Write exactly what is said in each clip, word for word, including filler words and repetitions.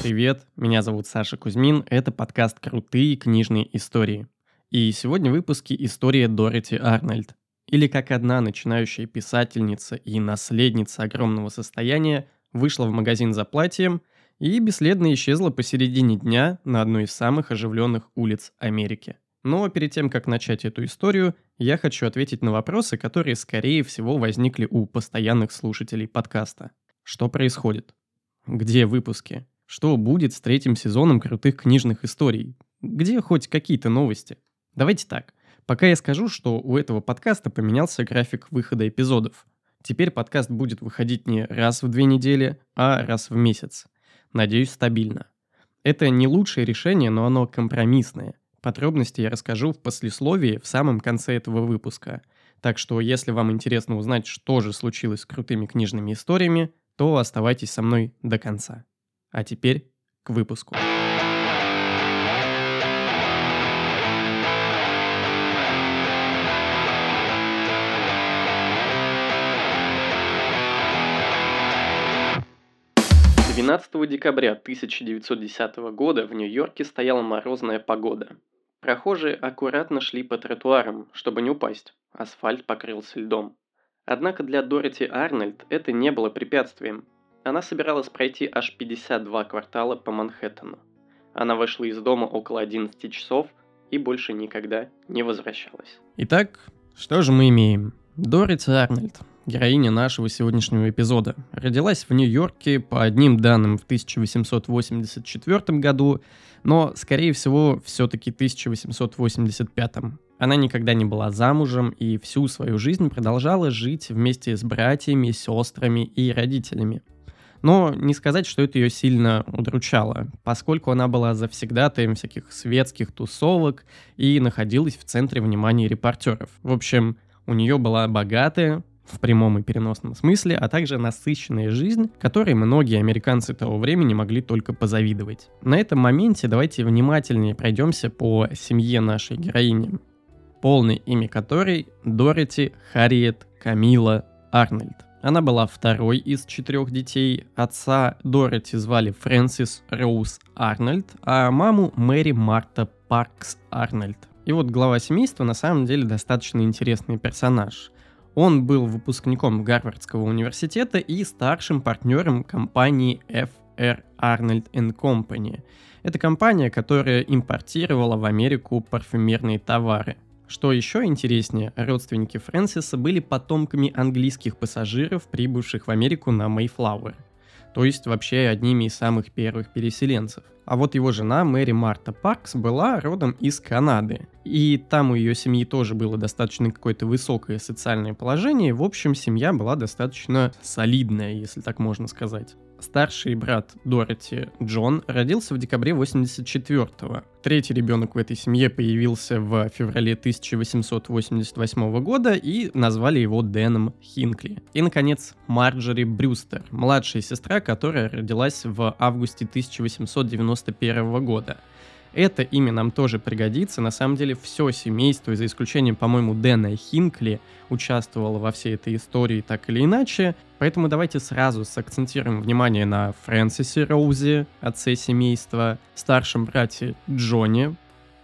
привет! Меня зовут Саша Кузьмин, это подкаст «Крутые книжные истории». И сегодня в выпуске история Дороти Арнольд. Или как одна начинающая писательница и наследница огромного состояния вышла в магазин за платьем и бесследно исчезла посередине дня на одной из самых оживленных улиц Америки. Но перед тем, как начать эту историю, я хочу ответить на вопросы, которые, скорее всего, возникли у постоянных слушателей подкаста. Что происходит? Где выпуски? Что будет с третьим сезоном крутых книжных историй? Где хоть какие-то новости? Давайте так. Пока я скажу, что у этого подкаста поменялся график выхода эпизодов. Теперь подкаст будет выходить не раз в две недели, а раз в месяц. Надеюсь, стабильно. Это не лучшее решение, но оно компромиссное. Подробности я расскажу в послесловии в самом конце этого выпуска. Так что, если вам интересно узнать, что же случилось с крутыми книжными историями, то оставайтесь со мной до конца. А теперь к выпуску. двенадцатого декабря тысяча девятьсот десятого года в Нью-Йорке стояла морозная погода. Прохожие аккуратно шли по тротуарам, чтобы не упасть. Асфальт покрылся льдом. Однако для Дороти Арнольд это не было препятствием. Она собиралась пройти аж пятьдесят два квартала по Манхэттену. Она вышла из дома около одиннадцати часов и больше никогда не возвращалась. Итак, что же мы имеем? Дороти Арнольд, героиня нашего сегодняшнего эпизода, родилась в Нью-Йорке по одним данным в тысяча восемьсот восемьдесят четвёртом году, но, скорее всего, все-таки тысяча восемьсот восемьдесят пятом. Она никогда не была замужем и всю свою жизнь продолжала жить вместе с братьями, сестрами и родителями. Но не сказать, что это ее сильно удручало, поскольку она была завсегдатаем всяких светских тусовок и находилась в центре внимания репортеров. В общем, у нее была богатая, в прямом и переносном смысле, а также насыщенная жизнь, которой многие американцы того времени могли только позавидовать. На этом моменте давайте внимательнее пройдемся по семье нашей героини, полное имя которой Дороти Харриет Камила Арнольд. Она была второй из четырех детей. Отца Дороти звали Фрэнсис Роуз Арнольд, а маму Мэри Марта Паркс Арнольд. И вот глава семейства на самом деле достаточно интересный персонаж. Он был выпускником Гарвардского университета и старшим партнером компании эф эр Arnold энд Company. Это компания, которая импортировала в Америку парфюмерные товары. Что еще интереснее, родственники Фрэнсиса были потомками английских пассажиров, прибывших в Америку на Мэйфлауэр, то есть вообще одними из самых первых переселенцев. А вот его жена Мэри Марта Паркс была родом из Канады, и там у ее семьи тоже было достаточно какое-то высокое социальное положение, в общем, семья была достаточно солидная, если так можно сказать. Старший брат Дороти, Джон, родился в декабре восемьдесят четвёртого. Третий ребенок в этой семье появился в феврале тысяча восемьсот восемьдесят восьмого года и назвали его Дэном Хинкли. И, наконец, Марджори Брюстер, младшая сестра, которая родилась в августе тысяча восемьсот девяносто первого года. Это имя нам тоже пригодится. На самом деле все семейство, за исключением, по-моему, Дэна Хинкли, участвовало во всей этой истории так или иначе. Поэтому давайте сразу сакцентируем внимание на Фрэнсисе Роузе, отце семейства, старшем брате Джоне.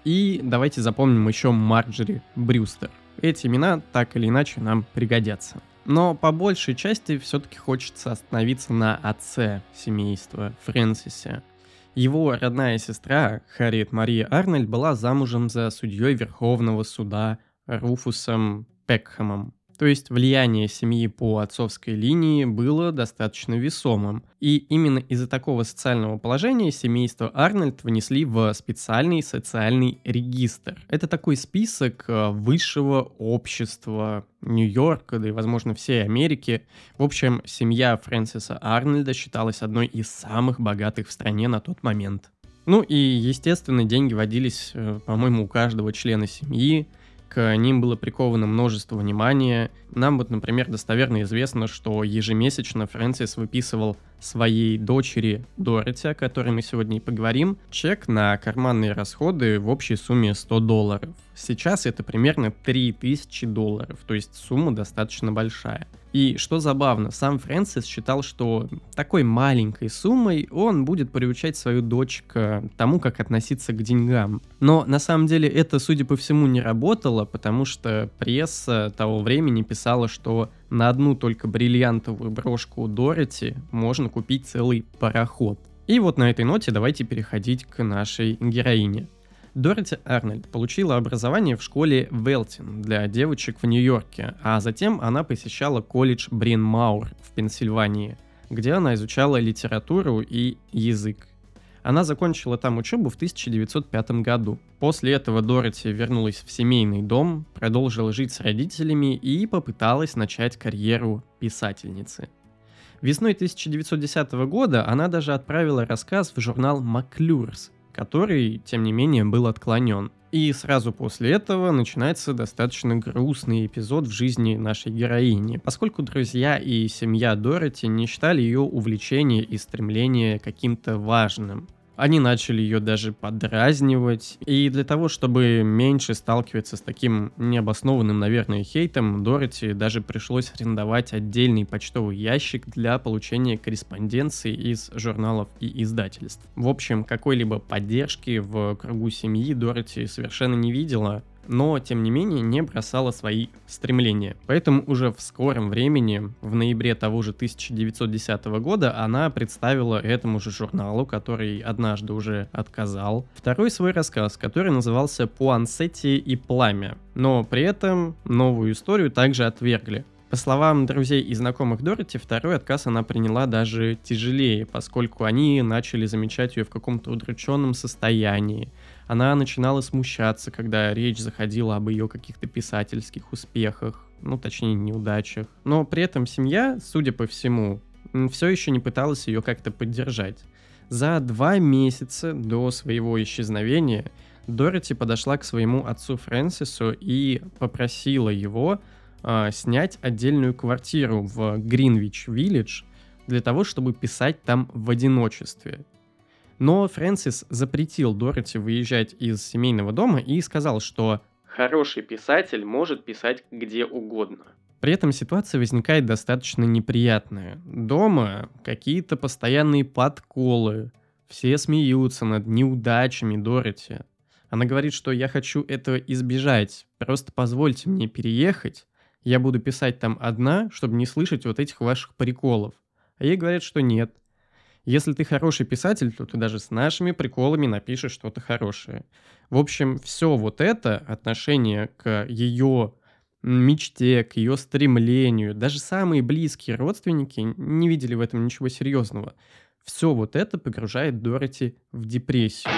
И давайте запомним еще Марджори Брюстер. Эти имена так или иначе нам пригодятся. Но по большей части все-таки хочется остановиться на отце семейства, Фрэнсисе. Его родная сестра, Харриет Мария Арнольд, была замужем за судьей Верховного суда Руфусом Пекхэмом. То есть влияние семьи по отцовской линии было достаточно весомым. И именно из-за такого социального положения семейство Арнольд внесли в специальный социальный регистр. Это такой список высшего общества Нью-Йорка, да и, возможно, всей Америки. В общем, семья Фрэнсиса Арнольда считалась одной из самых богатых в стране на тот момент. Ну и, естественно, деньги водились, по-моему, у каждого члена семьи. К ним было приковано множество внимания. Нам вот, например, достоверно известно, что ежемесячно Фрэнсис выписывал своей дочери Дороти, о которой мы сегодня и поговорим, чек на карманные расходы в общей сумме сто долларов. Сейчас это примерно три тысячи долларов, то есть сумма достаточно большая. И что забавно, сам Фрэнсис считал, что такой маленькой суммой он будет приучать свою дочь к тому, как относиться к деньгам. Но на самом деле это, судя по всему, не работало, потому что пресса того времени писала, что на одну только бриллиантовую брошку Дороти можно купить целый пароход. И вот на этой ноте давайте переходить к нашей героине. Дороти Арнольд получила образование в школе Велтин для девочек в Нью-Йорке, а затем она посещала колледж Брин-Маур в Пенсильвании, где она изучала литературу и язык. Она закончила там учебу в тысяча девятьсот пятом году. После этого Дороти вернулась в семейный дом, продолжила жить с родителями и попыталась начать карьеру писательницы. Весной тысяча девятьсот десятого года она даже отправила рассказ в журнал «Маклюрс», который, тем не менее, был отклонен. И сразу после этого начинается достаточно грустный эпизод в жизни нашей героини, поскольку друзья и семья Дороти не считали ее увлечение и стремление каким-то важным. Они начали ее даже подразнивать, и для того, чтобы меньше сталкиваться с таким необоснованным, наверное, хейтом, Дороти даже пришлось арендовать отдельный почтовый ящик для получения корреспонденции из журналов и издательств. В общем, какой-либо поддержки в кругу семьи Дороти совершенно не видела, но, тем не менее, не бросала свои стремления. Поэтому уже в скором времени, в ноябре того же тысяча девятьсот десятого года, она представила этому же журналу, который однажды уже отказал, второй свой рассказ, который назывался «Пуансетти и пламя». Но при этом новую историю также отвергли. По словам друзей и знакомых Дороти, второй отказ она приняла даже тяжелее, поскольку они начали замечать ее в каком-то удрученном состоянии. Она начинала смущаться, когда речь заходила об ее каких-то писательских успехах, ну точнее неудачах. Но при этом семья, судя по всему, все еще не пыталась ее как-то поддержать. За два месяца до своего исчезновения Дороти подошла к своему отцу Фрэнсису и попросила его э, снять отдельную квартиру в Гринвич-Виллидж для того, чтобы писать там в одиночестве. Но Фрэнсис запретил Дороти выезжать из семейного дома и сказал, что хороший писатель может писать где угодно. При этом ситуация возникает достаточно неприятная. Дома какие-то постоянные подколы, все смеются над неудачами Дороти. Она говорит, что я хочу этого избежать, просто позвольте мне переехать, я буду писать там одна, чтобы не слышать вот этих ваших приколов. А ей говорят, что нет. Если ты хороший писатель, то ты даже с нашими приколами напишешь что-то хорошее. В общем, все вот это отношение к ее мечте, к ее стремлению, даже самые близкие родственники не видели в этом ничего серьезного. Все вот это погружает Дороти в депрессию.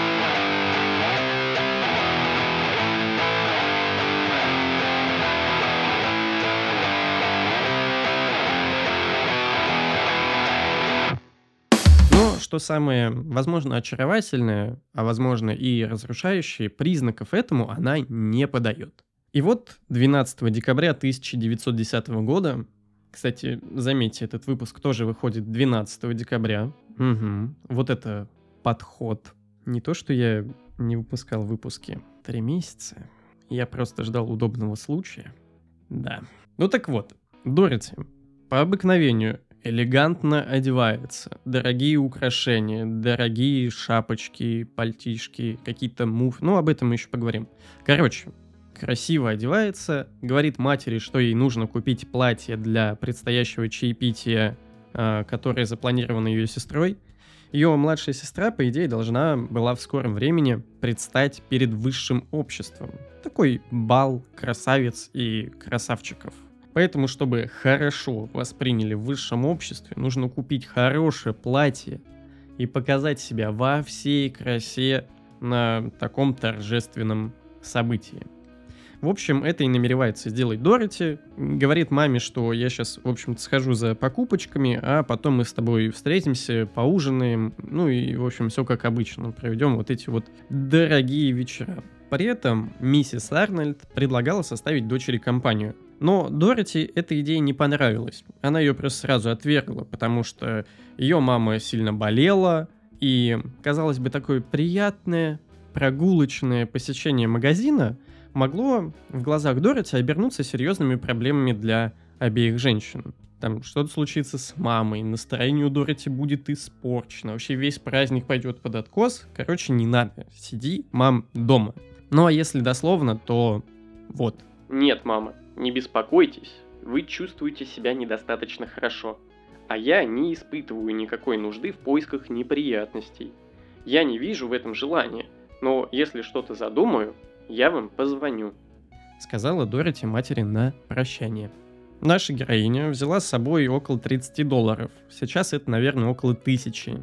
Что самое, возможно, очаровательное, а возможно и разрушающее, признаков этому она не подает. И вот двенадцатого декабря тысяча девятьсот десятого года, кстати, заметьте, этот выпуск тоже выходит двенадцатого декабря. Угу. Вот это подход. Не то, что я не выпускал выпуски три месяца, я просто ждал удобного случая. Да. Ну так вот, Дороти по обыкновению элегантно одевается, дорогие украшения, дорогие шапочки, пальтишки, какие-то муф, ну об этом мы еще поговорим. Короче, красиво одевается, говорит матери, что ей нужно купить платье для предстоящего чаепития, э, которое запланировано ее сестрой. Ее младшая сестра, по идее, должна была в скором времени предстать перед высшим обществом. Такой бал красавиц и красавчиков. Поэтому, чтобы хорошо восприняли в высшем обществе, нужно купить хорошее платье и показать себя во всей красе на таком торжественном событии. В общем, это и намеревается сделать Дороти. Говорит маме, что я сейчас, в общем-то, схожу за покупочками, а потом мы с тобой встретимся, поужинаем, ну и, в общем, все как обычно. Проведем вот эти вот дорогие вечера. При этом миссис Арнольд предлагала составить дочери компанию. Но Дороти эта идея не понравилась. Она ее просто сразу отвергла, потому что ее мама сильно болела, и, казалось бы, такое приятное прогулочное посещение магазина могло в глазах Дороти обернуться серьезными проблемами для обеих женщин. Там что-то случится с мамой, настроение у Дороти будет испорчено, вообще весь праздник пойдет под откос. Короче, не надо, сиди, мам, дома. Ну а если дословно, то вот. Нет, мама, не беспокойтесь, вы чувствуете себя недостаточно хорошо. А я не испытываю никакой нужды в поисках неприятностей. Я не вижу в этом желания, но если что-то задумаю, я вам позвоню. Сказала Дороти матери на прощание. Наша героиня взяла с собой около тридцать долларов. Сейчас это, наверное, около тысячи.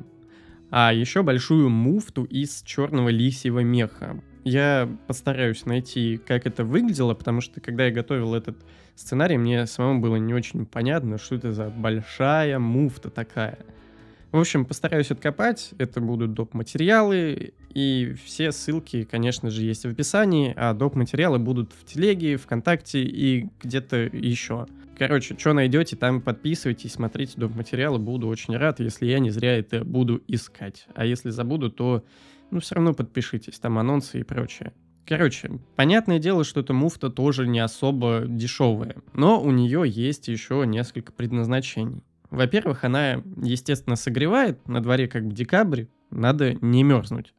А еще большую муфту из черного лисьего меха. Я постараюсь найти, как это выглядело, потому что, когда я готовил этот сценарий, мне самому было не очень понятно, что это за большая муфта такая. В общем, постараюсь откопать, это будут доп. Материалы, и все ссылки, конечно же, есть в описании, а доп. Материалы будут в Телеге, ВКонтакте и где-то еще. Короче, что найдете, там подписывайтесь, смотрите доп. Материалы, буду очень рад, если я не зря это буду искать. А если забуду, то, ну, все равно подпишитесь, там анонсы и прочее. Короче, понятное дело, что эта муфта тоже не особо дешевая, но у нее есть еще несколько предназначений. Во-первых, она, естественно, согревает, на дворе как бы декабрь, надо не мерзнуть.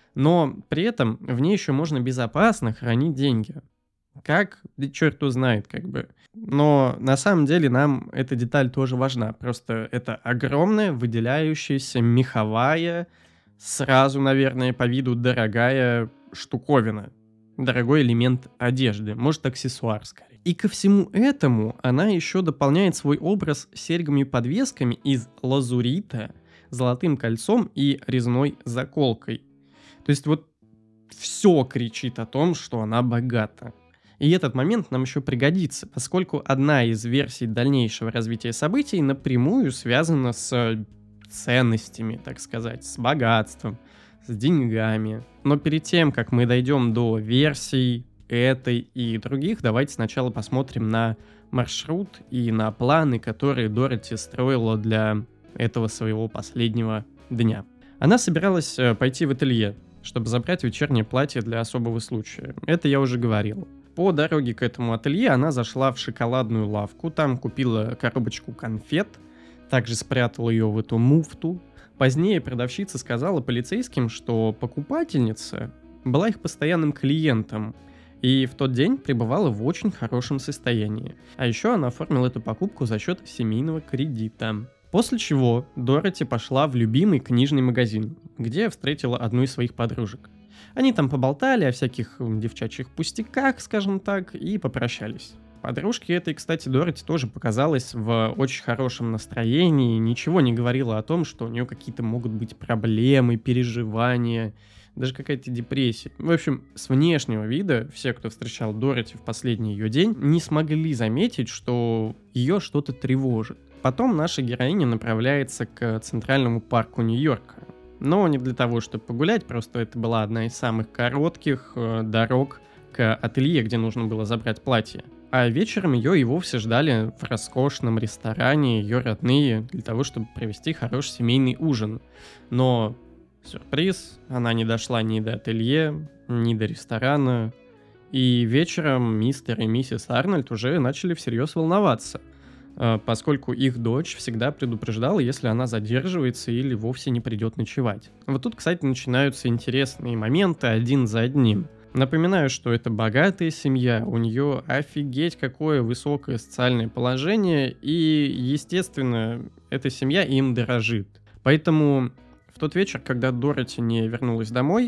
Но при этом в ней еще можно безопасно хранить деньги. Как? Да черт его знает, как бы. Но на самом деле нам эта деталь тоже важна. Просто это огромная, выделяющаяся, меховая, сразу, наверное, по виду дорогая штуковина. Дорогой элемент одежды, может, аксессуар скорее. И ко всему этому она еще дополняет свой образ серьгами-подвесками из лазурита, золотым кольцом и резной заколкой. То есть вот все кричит о том, что она богата. И этот момент нам еще пригодится, поскольку одна из версий дальнейшего развития событий напрямую связана с ценностями, так сказать, с богатством, с деньгами. Но перед тем, как мы дойдем до версий этой и других, давайте сначала посмотрим на маршрут и на планы, которые Дороти строила для этого своего последнего дня. Она собиралась пойти в ателье, чтобы забрать вечернее платье для особого случая. Это я уже говорил. По дороге к этому ателье она зашла в шоколадную лавку, там купила коробочку конфет, также спрятала ее в эту муфту. Позднее продавщица сказала полицейским, что покупательница была их постоянным клиентом и в тот день пребывала в очень хорошем состоянии. А еще она оформила эту покупку за счет семейного кредита. После чего Дороти пошла в любимый книжный магазин, где встретила одну из своих подружек. Они там поболтали о всяких девчачьих пустяках, скажем так, и попрощались. Подружке этой, кстати, Дороти тоже показалась в очень хорошем настроении, ничего не говорила о том, что у нее какие-то могут быть проблемы, переживания, даже какая-то депрессия. В общем, с внешнего вида все, кто встречал Дороти в последний ее день, не смогли заметить, что ее что-то тревожит. Потом наша героиня направляется к Центральному парку Нью-Йорка. Но не для того, чтобы погулять, просто это была одна из самых коротких э, дорог к ателье, где нужно было забрать платье. А вечером ее и вовсе ждали в роскошном ресторане ее родные для того, чтобы провести хороший семейный ужин. Но сюрприз, она не дошла ни до ателье, ни до ресторана. И вечером мистер и миссис Арнольд уже начали всерьез волноваться, поскольку их дочь всегда предупреждала, если она задерживается или вовсе не придет ночевать. Вот тут, кстати, начинаются интересные моменты один за одним. Напоминаю, что это богатая семья, у нее офигеть какое высокое социальное положение, и, естественно, эта семья им дорожит. Поэтому в тот вечер, когда Дороти не вернулась домой,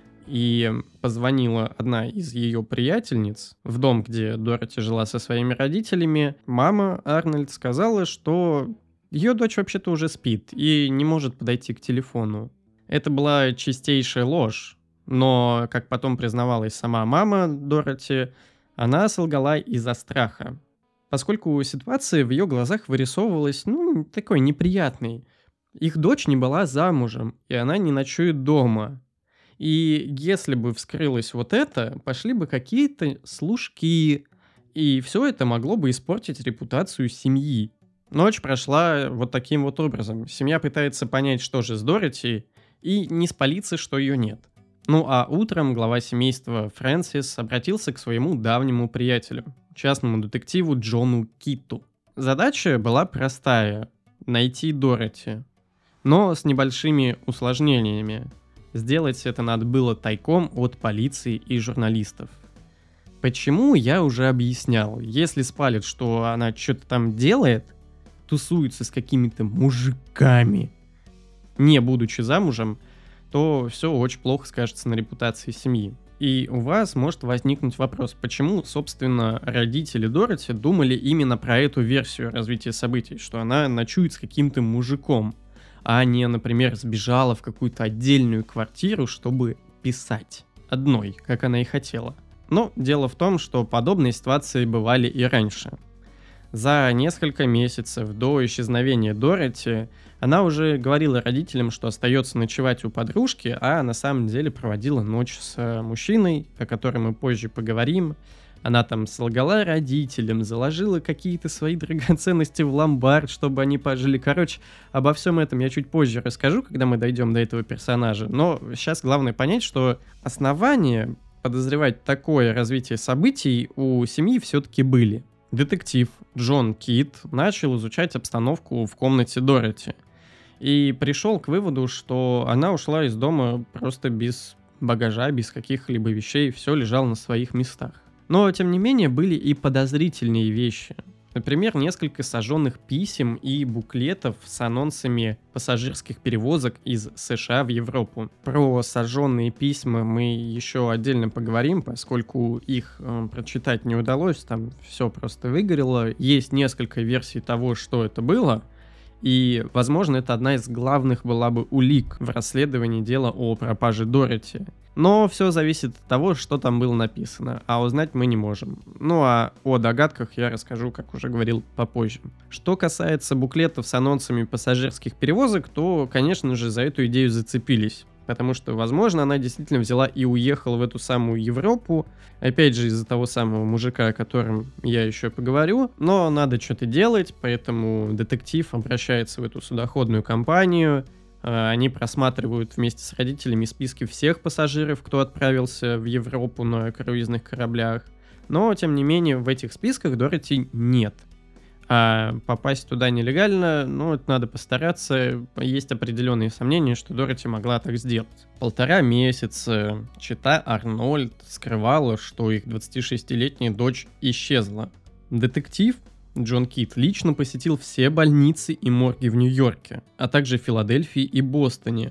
и позвонила одна из ее приятельниц в дом, где Дороти жила со своими родителями, мама Арнольд сказала, что ее дочь вообще-то уже спит и не может подойти к телефону. Это была чистейшая ложь, но, как потом признавалась сама мама Дороти, она солгала из-за страха, поскольку ситуация в ее глазах вырисовывалась, ну, такой неприятной. Их дочь не была замужем, и она не ночует дома. И если бы вскрылось вот это, пошли бы какие-то слушки, и все это могло бы испортить репутацию семьи. Ночь прошла вот таким вот образом. Семья пытается понять, что же с Дороти, и не спалиться, что ее нет. Ну а утром глава семейства Фрэнсис обратился к своему давнему приятелю, частному детективу Джону Китту. Задача была простая — найти Дороти, но с небольшими усложнениями. Сделать это надо было тайком от полиции и журналистов. Почему, я уже объяснял. Если спалит, что она что-то там делает, тусуется с какими-то мужиками, не будучи замужем, то все очень плохо скажется на репутации семьи. И у вас может возникнуть вопрос, почему, собственно, родители Дороти думали именно про эту версию развития событий, что она ночует с каким-то мужиком, а не, например, сбежала в какую-то отдельную квартиру, чтобы писать одной, как она и хотела. Но дело в том, что подобные ситуации бывали и раньше. За несколько месяцев до исчезновения Дороти она уже говорила родителям, что остается ночевать у подружки, а на самом деле проводила ночь с мужчиной, о котором мы позже поговорим. Она там солгала родителям, заложила какие-то свои драгоценности в ломбард, чтобы они пожили. Короче, обо всем этом я чуть позже расскажу, когда мы дойдем до этого персонажа. Но сейчас главное понять, что основания подозревать такое развитие событий у семьи все-таки были. Детектив Джон Китт начал изучать обстановку в комнате Дороти и пришел к выводу, что она ушла из дома просто без багажа, без каких-либо вещей, все лежало на своих местах. Но, тем не менее, были и подозрительные вещи. Например, несколько сожженных писем и буклетов с анонсами пассажирских перевозок из США в Европу. Про сожженные письма мы еще отдельно поговорим, поскольку их э, прочитать не удалось, там все просто выгорело. Есть несколько версий того, что это было, и, возможно, это одна из главных была бы улик в расследовании дела о пропаже Дороти. Но все зависит от того, что там было написано, а узнать мы не можем. Ну а о догадках я расскажу, как уже говорил, попозже. Что касается буклетов с анонсами пассажирских перевозок, то, конечно же, за эту идею зацепились. Потому что, возможно, она действительно взяла и уехала в эту самую Европу. Опять же, из-за того самого мужика, о котором я еще поговорю. Но надо что-то делать, поэтому детектив обращается в эту судоходную компанию. Они просматривают вместе с родителями списки всех пассажиров, кто отправился в Европу на круизных кораблях. Но, тем не менее, в этих списках Дороти нет. А попасть туда нелегально, ну, это надо постараться. Есть определенные сомнения, что Дороти могла так сделать. Полтора месяца чета Арнольд скрывала, что их двадцатишестилетняя дочь исчезла. Детектив Джон Китт лично посетил все больницы и морги в Нью-Йорке, а также в Филадельфии и Бостоне.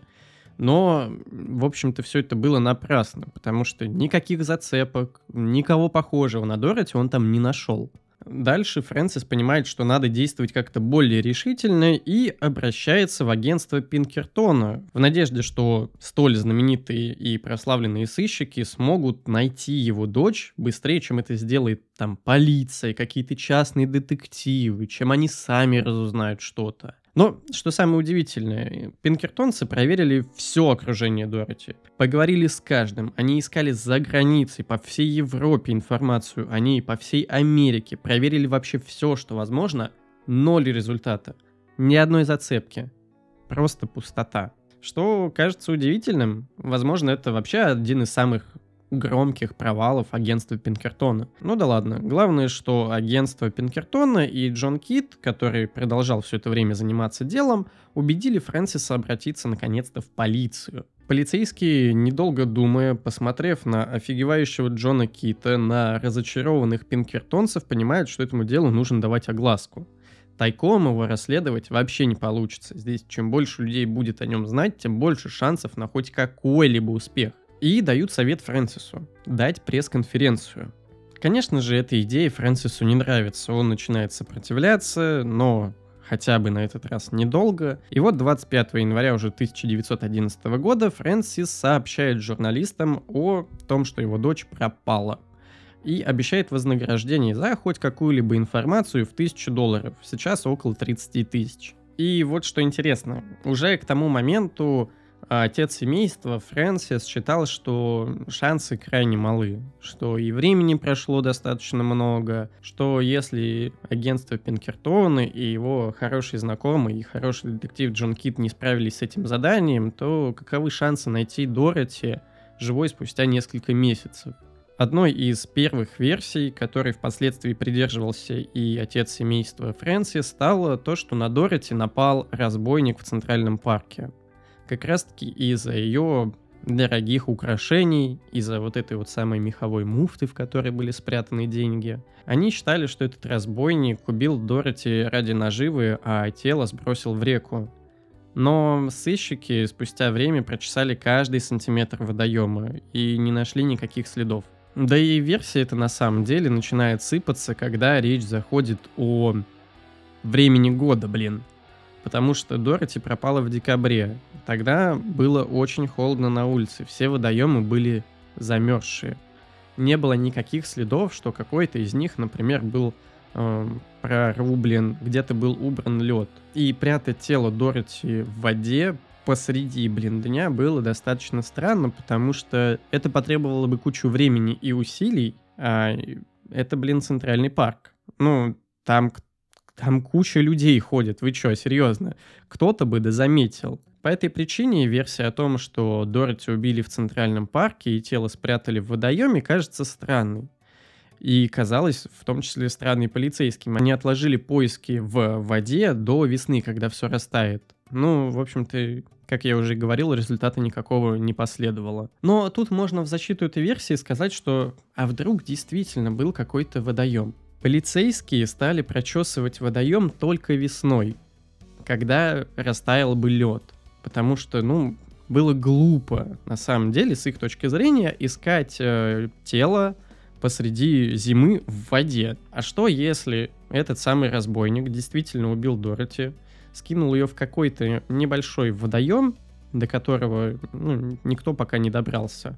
Но, в общем-то, все это было напрасно, потому что никаких зацепок, никого похожего на Дороти он там не нашел. Дальше Фрэнсис понимает, что надо действовать как-то более решительно, и обращается в агентство Пинкертона в надежде, что столь знаменитые и прославленные сыщики смогут найти его дочь быстрее, чем это сделает там полиция, какие-то частные детективы, чем они сами разузнают что-то. Но, что самое удивительное, пинкертонцы проверили все окружение Дороти. Поговорили с каждым, они искали за границей, по всей Европе информацию о ней, по всей Америке, проверили вообще все, что возможно, ноль результата. Ни одной зацепки. Просто пустота. Что кажется удивительным, возможно, это вообще один из самых громких провалов агентства Пинкертона. Ну да ладно. Главное, что агентство Пинкертона и Джон Китт, который продолжал все это время заниматься делом, убедили Фрэнсиса обратиться наконец-то в полицию. Полицейские, недолго думая, посмотрев на офигевающего Джона Китта, на разочарованных пинкертонцев, понимают, что этому делу нужно давать огласку. Тайком его расследовать вообще не получится. Здесь чем больше людей будет о нем знать, тем больше шансов на хоть какой-либо успех. И дают совет Фрэнсису — дать пресс-конференцию. Конечно же, эта идея Фрэнсису не нравится, он начинает сопротивляться, но хотя бы на этот раз недолго. И вот двадцать пятого января уже тысяча девятьсот одиннадцатого года Фрэнсис сообщает журналистам о том, что его дочь пропала. И обещает вознаграждение за хоть какую-либо информацию в тысячу долларов, сейчас около тридцать тысяч. И вот что интересно, уже к тому моменту А отец семейства, Фрэнсис, считал, что шансы крайне малы, что и времени прошло достаточно много, что если агентство Пинкертона и его хороший знакомый и хороший детектив Джон Кид не справились с этим заданием, то каковы шансы найти Дороти живой спустя несколько месяцев? Одной из первых версий, которой впоследствии придерживался и отец семейства Фрэнсис, стало то, что на Дороти напал разбойник в Центральном парке. Как раз-таки из-за ее дорогих украшений, из-за вот этой вот самой меховой муфты, в которой были спрятаны деньги. Они считали, что этот разбойник убил Дороти ради наживы, а тело сбросил в реку. Но сыщики спустя время прочесали каждый сантиметр водоема и не нашли никаких следов. Да и версия эта на самом деле начинает сыпаться, когда речь заходит о времени года, блин. Потому что Дороти пропала в декабре. Тогда было очень холодно на улице, все водоемы были замерзшие. Не было никаких следов, что какой-то из них, например, был э, прорублен, где-то был убран лед. И прятать тело Дороти в воде посреди, блин, дня было достаточно странно, потому что это потребовало бы кучу времени и усилий, а это, блин, Центральный парк. Ну, там Там куча людей ходит, вы чё, серьезно? Кто-то бы да заметил. По этой причине версия о том, что Дороти убили в Центральном парке и тело спрятали в водоеме, кажется странной. И казалось, в том числе странной полицейским. Они отложили поиски в воде до весны, когда все растает. Ну, в общем-то, как я уже говорил, результата никакого не последовало. Но тут можно в защиту этой версии сказать, что а вдруг действительно был какой-то водоем? Полицейские стали прочесывать водоем только весной, когда растаял бы лед. Потому что, ну, было глупо, на самом деле, с их точки зрения, искать э, тело посреди зимы в воде. А что, если этот самый разбойник действительно убил Дороти, скинул ее в какой-то небольшой водоем, до которого ну, никто пока не добрался.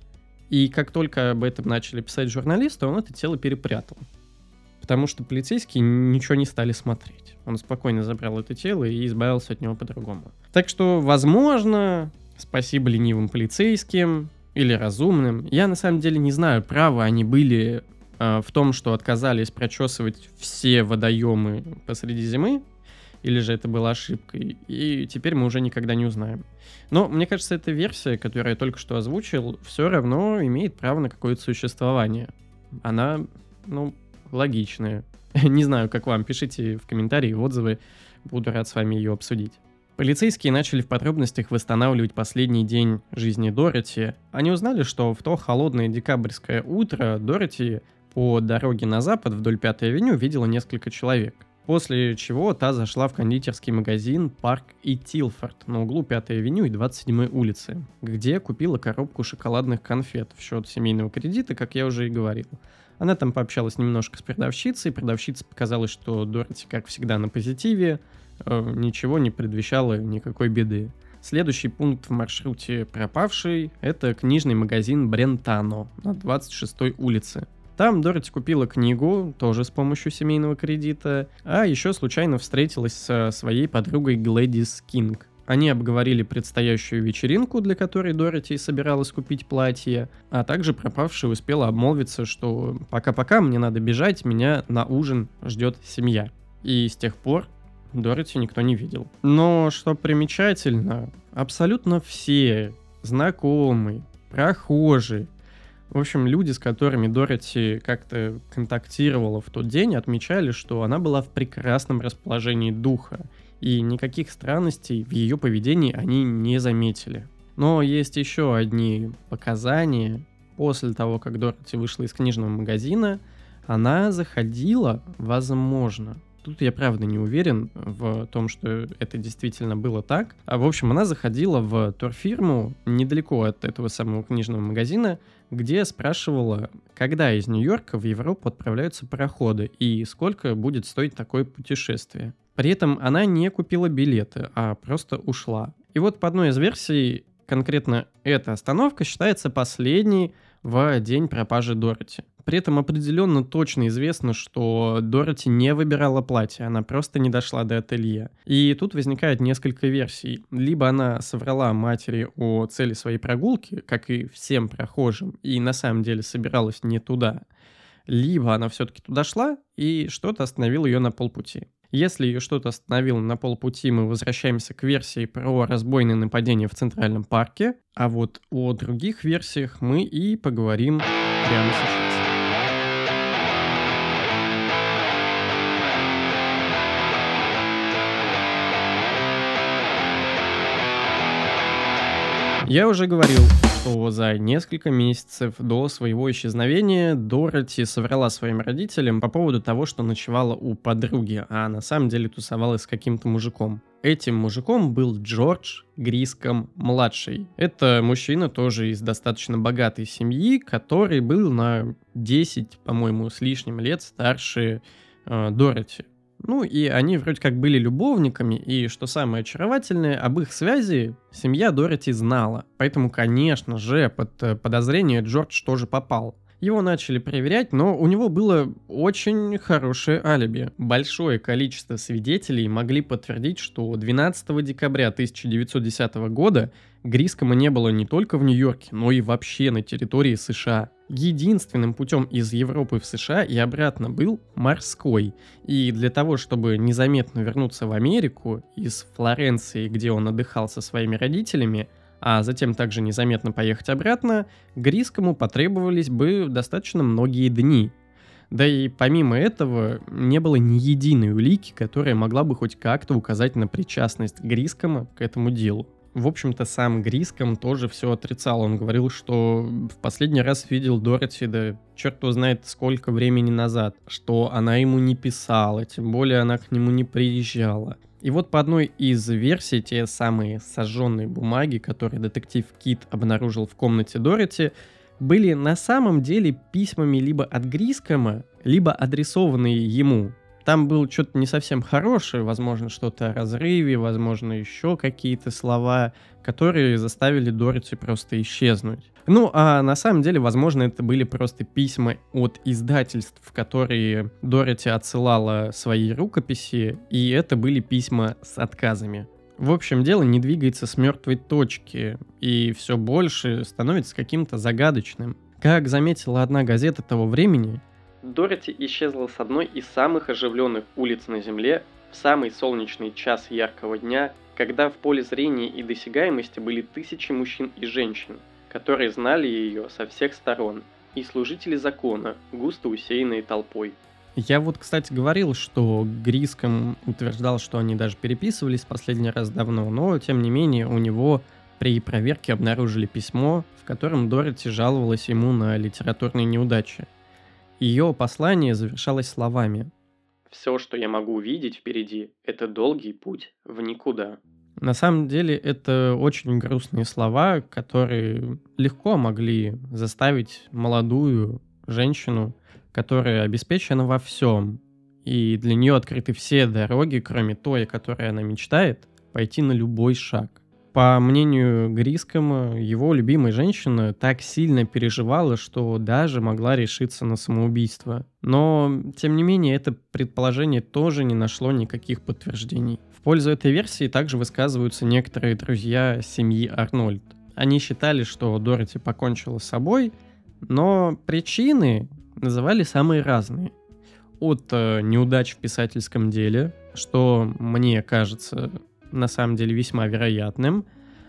И как только об этом начали писать журналисты, он это тело перепрятал. Потому что полицейские ничего не стали смотреть. Он спокойно забрал это тело и избавился от него по-другому. Так что, возможно, спасибо ленивым полицейским или разумным. Я на самом деле не знаю, правы они были э, в том, что отказались прочесывать все водоемы посреди зимы, или же это была ошибкой. И теперь мы уже никогда не узнаем. Но мне кажется, эта версия, которую я только что озвучил, все равно имеет право на какое-то существование. Она, ну... логичная. Не знаю, как вам. Пишите в комментарии, отзывы. Буду рад с вами ее обсудить. Полицейские начали в подробностях восстанавливать последний день жизни Дороти. Они узнали, что в то холодное декабрьское утро Дороти по дороге на запад вдоль Пятой авеню видела несколько человек. После чего та зашла в кондитерский магазин «Парк и Тилфорд» на углу Пятой авеню и двадцать седьмой улицы, где купила коробку шоколадных конфет в счет семейного кредита, как я уже и говорил. Она там пообщалась немножко с продавщицей. Продавщице показалось, что Дороти, как всегда, на позитиве. Э, ничего не предвещало никакой беды. Следующий пункт в маршруте пропавшей – это книжный магазин Брентано на двадцать шестой улице. Там Дороти купила книгу, тоже с помощью семейного кредита, а еще случайно встретилась со своей подругой Глэдис Кинг. Они обговорили предстоящую вечеринку, для которой Дороти собиралась купить платье, а также пропавшая успела обмолвиться, что пока-пока, мне надо бежать, меня на ужин ждет семья. И с тех пор Дороти никто не видел. Но, что примечательно, абсолютно все знакомые, прохожие, в общем, люди, с которыми Дороти как-то контактировала в тот день, отмечали, что она была в прекрасном расположении духа, и никаких странностей в ее поведении они не заметили. Но есть еще одни показания. После того, как Дороти вышла из книжного магазина, она заходила, возможно, тут я правда не уверен в том, что это действительно было так. А в общем, она заходила в турфирму недалеко от этого самого книжного магазина, где спрашивала, когда из Нью-Йорка в Европу отправляются пароходы и сколько будет стоить такое путешествие. При этом она не купила билеты, а просто ушла. И вот по одной из версий, конкретно эта остановка считается последней в день пропажи Дороти. При этом определенно точно известно, что Дороти не выбирала платье, она просто не дошла до ателье. И тут возникает несколько версий. Либо она соврала матери о цели своей прогулки, как и всем прохожим, и на самом деле собиралась не туда. Либо она все-таки туда шла, и что-то остановило ее на полпути. Если ее что-то остановило на полпути, мы возвращаемся к версии про разбойное нападение в Центральном парке, а вот о других версиях мы и поговорим прямо сейчас. Я уже говорил, что за несколько месяцев до своего исчезновения Дороти соврала своим родителям по поводу того, что ночевала у подруги, а на самом деле тусовалась с каким-то мужиком. Этим мужиком был Джордж Гриском-младший. Это мужчина тоже из достаточно богатой семьи, который был на десять, по-моему, с лишним лет старше э, Дороти. Ну и они вроде как были любовниками, и что самое очаровательное, об их связи семья Дороти знала. Поэтому, конечно же, под подозрение Джордж тоже попал. Его начали проверять, но у него было очень хорошее алиби. Большое количество свидетелей могли подтвердить, что двенадцатого декабря тысяча девятьсот десятого года Грискома не было не только в Нью-Йорке, но и вообще на территории США. Единственным путем из Европы в США и обратно был морской. И для того, чтобы незаметно вернуться в Америку из Флоренции, где он отдыхал со своими родителями, а затем также незаметно поехать обратно, Грискому потребовались бы достаточно многие дни. Да и помимо этого, не было ни единой улики, которая могла бы хоть как-то указать на причастность Грискома к этому делу. В общем-то, сам Гриском тоже все отрицал. Он говорил, что в последний раз видел Дороти, да черт его знает сколько времени назад, что она ему не писала, тем более она к нему не приезжала. И вот по одной из версий, те самые сожженные бумаги, которые детектив Кит обнаружил в комнате Дороти, были на самом деле письмами либо от Грискома, либо адресованные ему. Там было что-то не совсем хорошее, возможно, что-то о разрыве, возможно, еще какие-то слова, которые заставили Дороти просто исчезнуть. Ну, а на самом деле, возможно, это были просто письма от издательств, в которые Дороти отсылала свои рукописи, и это были письма с отказами. В общем, дело не двигается с мертвой точки, и все больше становится каким-то загадочным. Как заметила одна газета того времени, Дороти исчезла с одной из самых оживленных улиц на Земле в самый солнечный час яркого дня, когда в поле зрения и досягаемости были тысячи мужчин и женщин, которые знали ее со всех сторон, и служители закона, густо усеянные толпой. Я вот, кстати, говорил, что Гриском утверждал, что они даже переписывались в последний раз давно, но, тем не менее, у него при проверке обнаружили письмо, в котором Дороти жаловалась ему на литературные неудачи. Ее послание завершалось словами: «Все, что я могу увидеть впереди, это долгий путь в никуда». На самом деле это очень грустные слова, которые легко могли заставить молодую женщину, которая обеспечена во всем, и для нее открыты все дороги, кроме той, о которой она мечтает, пойти на любой шаг. По мнению Грискома, его любимая женщина так сильно переживала, что даже могла решиться на самоубийство. Но, тем не менее, это предположение тоже не нашло никаких подтверждений. В пользу этой версии также высказываются некоторые друзья семьи Арнольд. Они считали, что Дороти покончила с собой, но причины называли самые разные. От э, неудач в писательском деле, что мне кажется на самом деле весьма вероятным,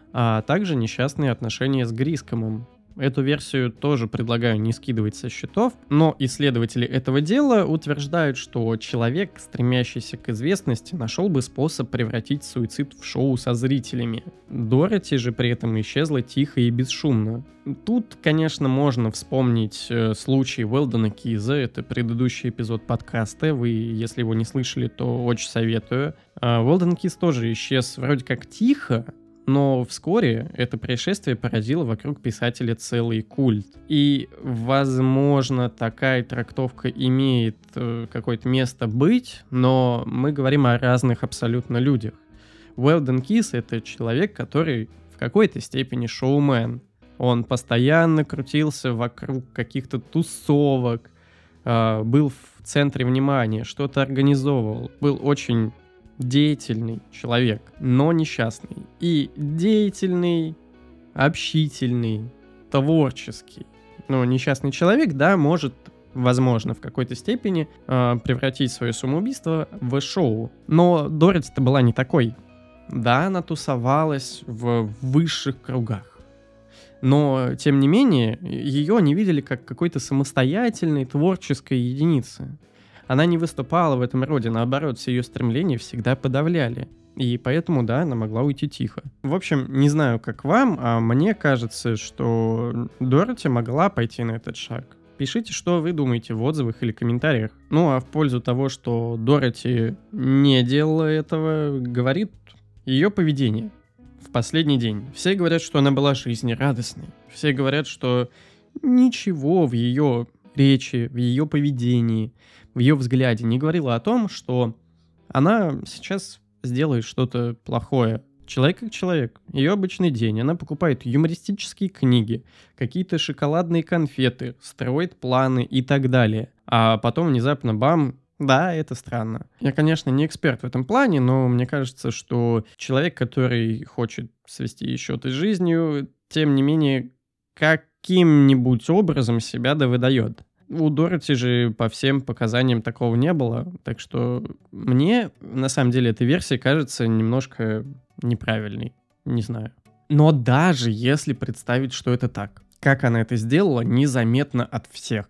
а также несчастные отношения с Грискомом. Эту версию тоже предлагаю не скидывать со счетов, но исследователи этого дела утверждают, что человек, стремящийся к известности, нашел бы способ превратить суицид в шоу со зрителями. Дороти же при этом исчезла тихо и бесшумно. Тут, конечно, можно вспомнить э, случай Уэлдона Киза, это предыдущий эпизод подкаста, вы, если его не слышали, то очень советую. А Уэлдон Киз тоже исчез вроде как тихо, но вскоре это происшествие породило вокруг писателя целый культ. И, возможно, такая трактовка имеет э, какое-то место быть, но мы говорим о разных абсолютно людях. Уэлдон Киз — это человек, который в какой-то степени шоумен. Он постоянно крутился вокруг каких-то тусовок, а, был в центре внимания, что-то организовывал, был очень деятельный человек, но несчастный. И деятельный, общительный, творческий. Ну, несчастный человек, да, может, возможно, в какой-то степени э, превратить свое самоубийство в шоу. Но Дороти-то была не такой. Да, она тусовалась в высших кругах. Но, тем не менее, ее не видели как какой-то самостоятельной творческой единицы. Она не выступала в этом роде, наоборот, все ее стремления всегда подавляли. И поэтому, да, она могла уйти тихо. В общем, не знаю, как вам, а мне кажется, что Дороти могла пойти на этот шаг. Пишите, что вы думаете в отзывах или комментариях. Ну, а в пользу того, что Дороти не делала этого, говорит ее поведение в последний день. Все говорят, что она была жизнерадостной. Все говорят, что ничего в ее речи, в ее поведении, в ее взгляде не говорило о том, что она сейчас сделает что-то плохое. Человек как человек. Ее обычный день. Она покупает юмористические книги, какие-то шоколадные конфеты, строит планы и так далее. А потом внезапно бам, да, это странно. Я, конечно, не эксперт в этом плане, но мне кажется, что человек, который хочет свести счеты с жизнью, тем не менее, каким-нибудь образом себя да выдает. У Дороти же по всем показаниям такого не было, так что мне, на самом деле, эта версия кажется немножко неправильной, не знаю. Но даже если представить, что это так, как она это сделала, незаметно от всех.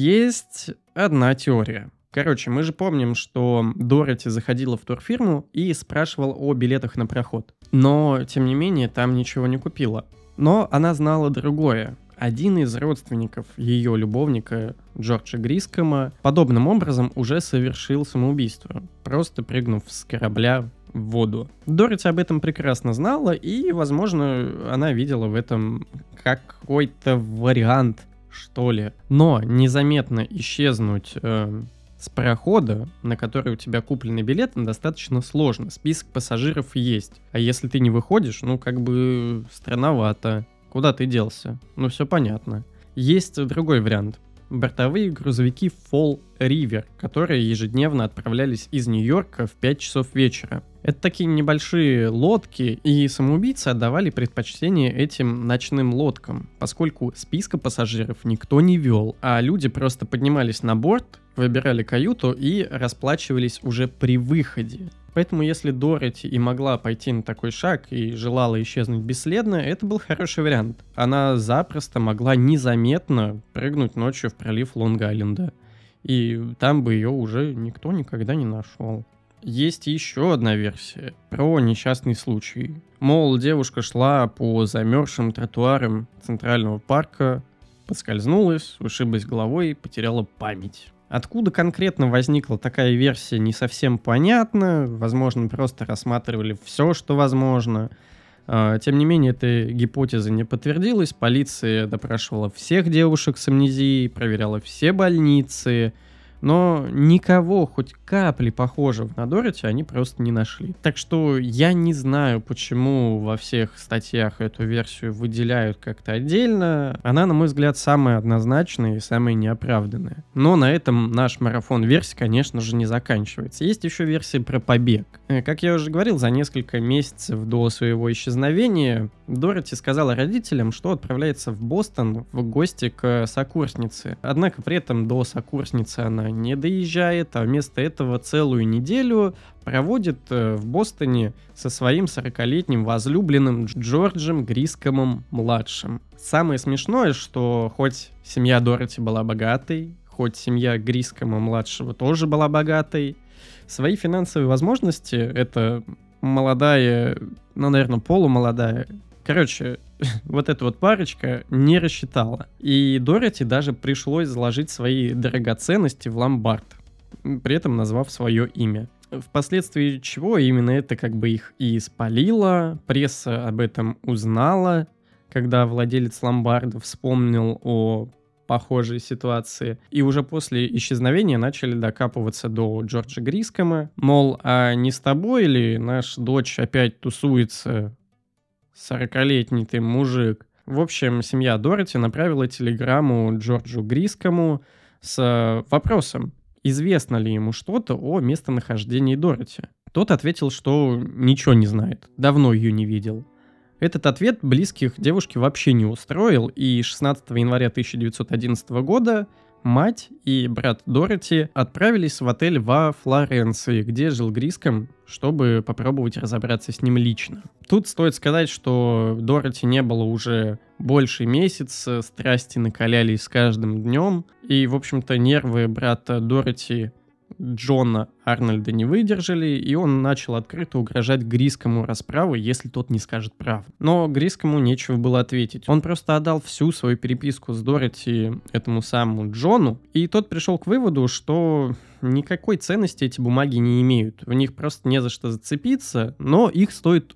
Есть одна теория. Короче, мы же помним, что Дороти заходила в турфирму и спрашивала о билетах на проход. Но, тем не менее, там ничего не купила. Но она знала другое. Один из родственников ее любовника, Джорджа Грискома, подобным образом уже совершил самоубийство, просто прыгнув с корабля в воду. Дороти об этом прекрасно знала, и, возможно, она видела в этом какой-то вариант, что ли. Но незаметно исчезнуть э, с парохода, на который у тебя куплены билеты, достаточно сложно. Список пассажиров есть. А если ты не выходишь, ну, как бы странновато. Куда ты делся? Ну, все понятно. Есть другой вариант. Бортовые грузовики Fall River, которые ежедневно отправлялись из Нью-Йорка в пять часов вечера. Это такие небольшие лодки, и самоубийцы отдавали предпочтение этим ночным лодкам, поскольку списка пассажиров никто не вел, а люди просто поднимались на борт, выбирали каюту и расплачивались уже при выходе. Поэтому если Дороти и могла пойти на такой шаг и желала исчезнуть бесследно, это был хороший вариант. Она запросто могла незаметно прыгнуть ночью в пролив Лонг-Айленда. И там бы ее уже никто никогда не нашел. Есть еще одна версия про несчастный случай. Мол, девушка шла по замерзшим тротуарам Центрального парка, поскользнулась, ушиблась головой и потеряла память. Откуда конкретно возникла такая версия, не совсем понятно. Возможно, просто рассматривали все, что возможно. Тем не менее, эта гипотеза не подтвердилась. Полиция допрашивала всех девушек с амнезией, проверяла все больницы. Но никого хоть капли похожего на Дороти они просто не нашли. Так что я не знаю, почему во всех статьях эту версию выделяют как-то отдельно. Она, на мой взгляд, самая однозначная и самая неоправданная. Но на этом наш марафон версий, конечно же, не заканчивается. Есть еще версия про побег. Как я уже говорил, за несколько месяцев до своего исчезновения Дороти сказала родителям, что отправляется в Бостон в гости к сокурснице. Однако при этом до сокурсницы она не доезжает, а вместо этого целую неделю проводит в Бостоне со своим сорокалетним возлюбленным Джорджем Грискомом-младшим. Самое смешное, что хоть семья Дороти была богатой, хоть семья Грискома-младшего тоже была богатой, свои финансовые возможности эта молодая, ну, наверное, полумолодая, короче, вот эта вот парочка не рассчитала. И Дороти даже пришлось заложить свои драгоценности в ломбард, при этом назвав свое имя. Впоследствии чего именно это как бы их и спалило, пресса об этом узнала, когда владелец ломбарда вспомнил о похожей ситуации. И уже после исчезновения начали докапываться до Джорджа Грискома, мол, а не с тобой ли наш дочь опять тусуется, сорокалетний ты мужик? В общем, семья Дороти направила телеграмму Джорджу Грискому с вопросом, известно ли ему что-то о местонахождении Дороти. Тот ответил, что ничего не знает, давно ее не видел. Этот ответ близких девушки вообще не устроил, и шестнадцатого января тысяча девятьсот одиннадцатого года мать и брат Дороти отправились в отель во Флоренции, где жил Гриском, чтобы попробовать разобраться с ним лично. Тут стоит сказать, что Дороти не было уже больше месяца, страсти накалялись с каждым днем, и, в общем-то, нервы брата Дороти Джона Арнольда не выдержали, и он начал открыто угрожать Грискому расправой, если тот не скажет правду. Но Грискому нечего было ответить. Он просто отдал всю свою переписку с Дороти этому самому Джону, и тот пришел к выводу, что никакой ценности эти бумаги не имеют. В них просто не за что зацепиться, но их стоит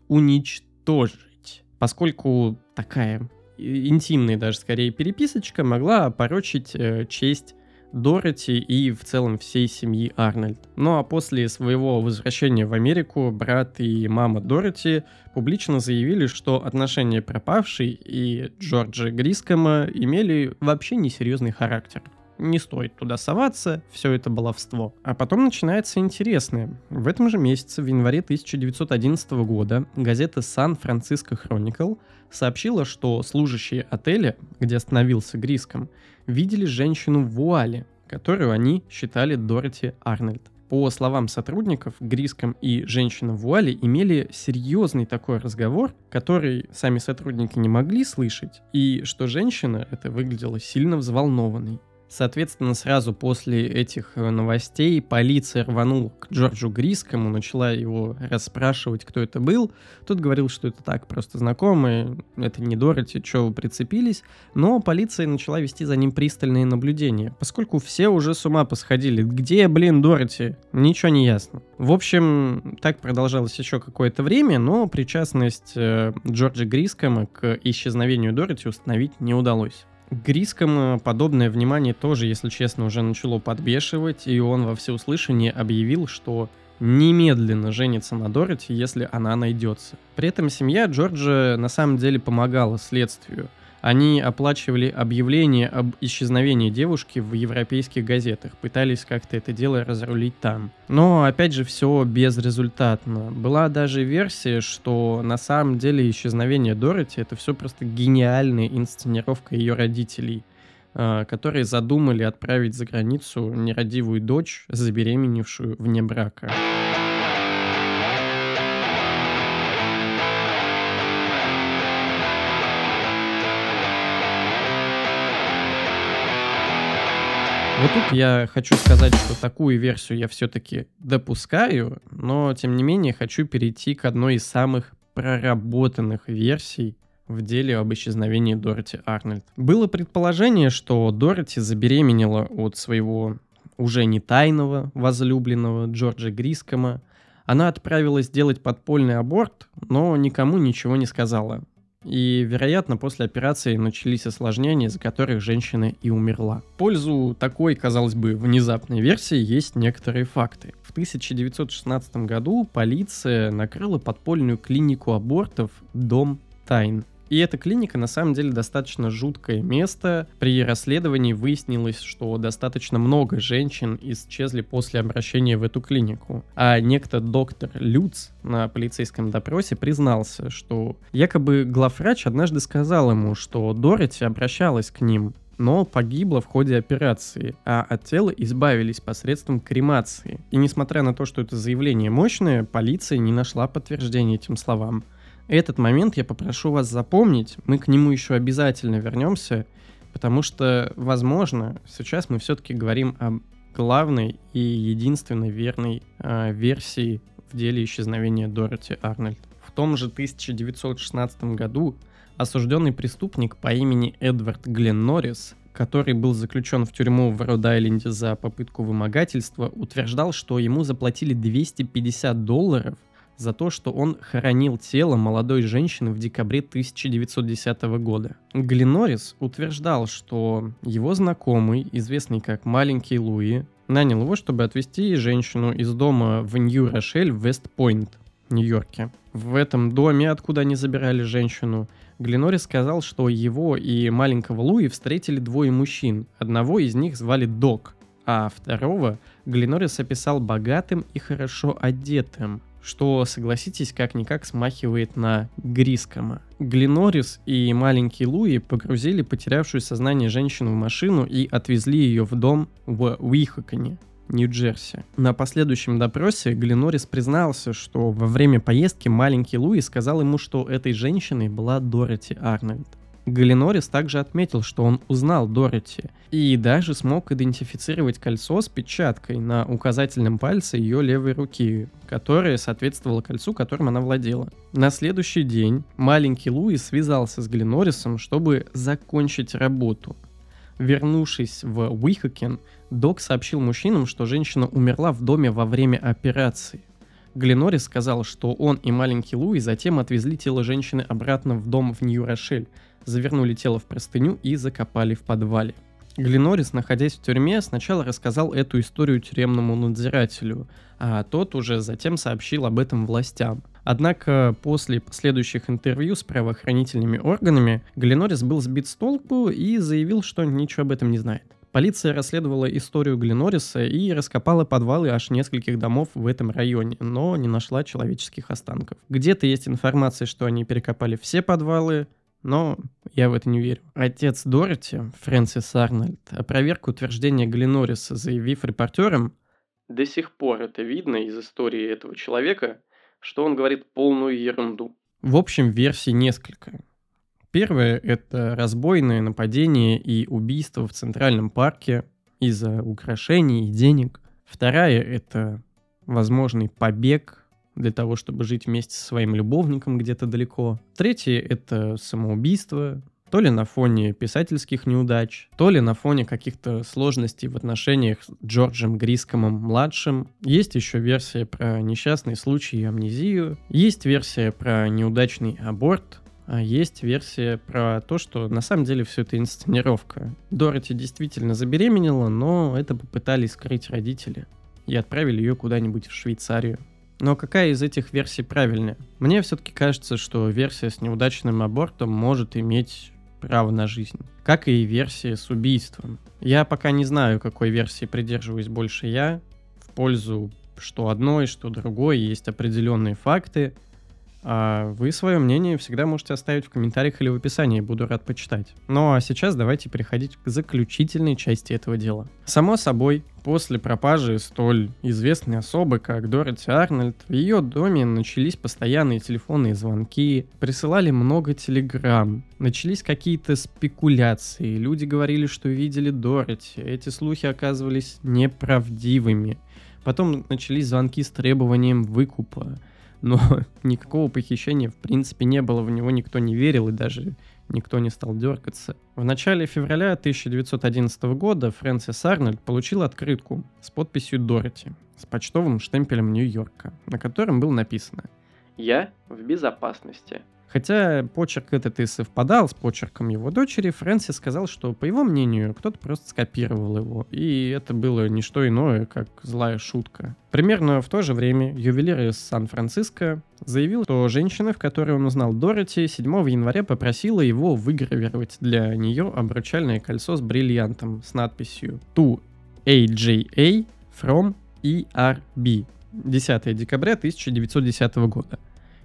уничтожить, поскольку такая интимная даже скорее переписочка могла опорочить э, честь Дороти и в целом всей семьи Арнольд. Ну а после своего возвращения в Америку брат и мама Дороти публично заявили, что отношения пропавшей и Джорджа Грискома имели вообще несерьезный характер. Не стоит туда соваться, все это баловство. А потом начинается интересное. В этом же месяце, в январе тысяча девятьсот одиннадцатого года, газета Сан-Франциско Хроникл сообщила, что служащие отеля, где остановился Гриском, видели женщину в вуале, которую они считали Дороти Арнольд. По словам сотрудников, Гриском и женщина в вуале имели серьезный такой разговор, который сами сотрудники не могли слышать, и что женщина это выглядела сильно взволнованной. Соответственно, сразу после этих новостей полиция рванула к Джорджу Грискому, начала его расспрашивать, кто это был. Тот говорил, что это так, просто знакомые, это не Дороти, чего вы прицепились. Но полиция начала вести за ним пристальные наблюдения, поскольку все уже с ума посходили. Где, блин, Дороти? Ничего не ясно. В общем, так продолжалось еще какое-то время, но причастность э, Джорджа Грискома к исчезновению Дороти установить не удалось. Грискома подобное внимание тоже, если честно, уже начало подбешивать, и он во всеуслышание объявил, что немедленно женится на Дороти, если она найдется. При этом семья Джорджа на самом деле помогала следствию. Они оплачивали объявление об исчезновении девушки в европейских газетах, пытались как-то это дело разрулить там. Но, опять же, все безрезультатно. Была даже версия, что на самом деле исчезновение Дороти — это все просто гениальная инсценировка ее родителей, которые задумали отправить за границу нерадивую дочь, забеременевшую вне брака. Вот тут я хочу сказать, что такую версию я все-таки допускаю, но тем не менее хочу перейти к одной из самых проработанных версий в деле об исчезновении Дороти Арнольд. Было предположение, что Дороти забеременела от своего уже не тайного возлюбленного Джорджа Грискома. Она отправилась делать подпольный аборт, но никому ничего не сказала. И, вероятно, после операции начались осложнения, из-за которых женщина и умерла. В пользу такой, казалось бы, внезапной версии есть некоторые факты. В тысяча девятьсот шестнадцатом году полиция накрыла подпольную клинику абортов «Дом тайн». И эта клиника на самом деле достаточно жуткое место. При расследовании выяснилось, что достаточно много женщин исчезли после обращения в эту клинику. А некто доктор Люц на полицейском допросе признался, что якобы главврач однажды сказал ему, что Дороти обращалась к ним, но погибла в ходе операции, а от тела избавились посредством кремации. И несмотря на то, что это заявление мощное, полиция не нашла подтверждения этим словам. Этот момент я попрошу вас запомнить, мы к нему еще обязательно вернемся, потому что, возможно, сейчас мы все-таки говорим о главной и единственной верной э, версии в деле исчезновения Дороти Арнольд. В том же тысяча девятьсот шестнадцатом году осужденный преступник по имени Эдвард Глен Норрис, который был заключен в тюрьму в Род-Айленде за попытку вымогательства, утверждал, что ему заплатили двести пятьдесят долларов за то, что он хоронил тело молодой женщины в декабре тысяча девятьсот десятого года. Глен Норрис утверждал, что его знакомый, известный как Маленький Луи, нанял его, чтобы отвезти женщину из дома в Нью-Рошель в Вест-Пойнт, Нью-Йорке. В этом доме, откуда они забирали женщину, Гленорис сказал, что его и маленького Луи встретили двое мужчин. Одного из них звали Док, а второго Гленорис описал богатым и хорошо одетым, что, согласитесь, как-никак смахивает на Грискома. Гленорис и маленький Луи погрузили потерявшую сознание женщину в машину и отвезли ее в дом в Уихоконе, Нью-Джерси. На последующем допросе Гленорис признался, что во время поездки маленький Луи сказал ему, что этой женщиной была Дороти Арнольд. Гленорис также отметил, что он узнал Дороти и даже смог идентифицировать кольцо с печаткой на указательном пальце ее левой руки, которое соответствовало кольцу, которым она владела. На следующий день маленький Луи связался с Гленорисом, чтобы закончить работу. Вернувшись в Уихокен, Док сообщил мужчинам, что женщина умерла в доме во время операции. Гленорис сказал, что он и маленький Луи затем отвезли тело женщины обратно в дом в Нью-Рошель, завернули тело в простыню и закопали в подвале. Гленорис, находясь в тюрьме, сначала рассказал эту историю тюремному надзирателю, а тот уже затем сообщил об этом властям. Однако после последующих интервью с правоохранительными органами Гленорис был сбит с толку и заявил, что ничего об этом не знает. Полиция расследовала историю Гленориса и раскопала подвалы аж нескольких домов в этом районе, но не нашла человеческих останков. Где-то есть информация, что они перекопали все подвалы, но я в это не верю. Отец Дороти, Фрэнсис Арнольд, опроверг утверждение Гленориса, заявив репортерам: «До сих пор это видно из истории этого человека, что он говорит полную ерунду». В общем, версий несколько. Первое — это разбойное нападение и убийство в Центральном парке из-за украшений и денег. Вторая — это возможный побег для того, чтобы жить вместе со своим любовником где-то далеко. Третье — это самоубийство, то ли на фоне писательских неудач, то ли на фоне каких-то сложностей в отношениях с Джорджем Грискомом-младшим. Есть еще версия про несчастный случай и амнезию, есть версия про неудачный аборт, а есть версия про то, что на самом деле все это инсценировка. Дороти действительно забеременела, но это попытались скрыть родители и отправили ее куда-нибудь в Швейцарию. Но какая из этих версий правильная? Мне все-таки кажется, что версия с неудачным абортом может иметь право на жизнь, как и версия с убийством. Я пока не знаю, какой версии придерживаюсь больше я, в пользу что одной, что другой, есть определенные факты. А вы свое мнение всегда можете оставить в комментариях или в описании, буду рад почитать. Ну а сейчас давайте переходить к заключительной части этого дела. Само собой, после пропажи столь известной особы, как Дороти Арнольд, в ее доме начались постоянные телефонные звонки, присылали много телеграмм, начались какие-то спекуляции, люди говорили, что видели Дороти, эти слухи оказывались неправдивыми. Потом начались звонки с требованием выкупа. Но никакого похищения в принципе не было, в него никто не верил и даже никто не стал дергаться. В начале февраля тысяча девятьсот одиннадцатого года Фрэнсис Арнольд получил открытку с подписью Дороти с почтовым штемпелем Нью-Йорка, на котором было написано: «Я в безопасности». Хотя почерк этот и совпадал с почерком его дочери, Фрэнсис сказал, что, по его мнению, кто-то просто скопировал его, и это было не что иное, как злая шутка. Примерно в то же время ювелир из Сан-Франциско заявил, что женщина, в которой он узнал Дороти, седьмого января попросила его выгравировать для нее обручальное кольцо с бриллиантом с надписью «To эй джей эй from и ар би» десятого декабря тысяча девятьсот десятого года.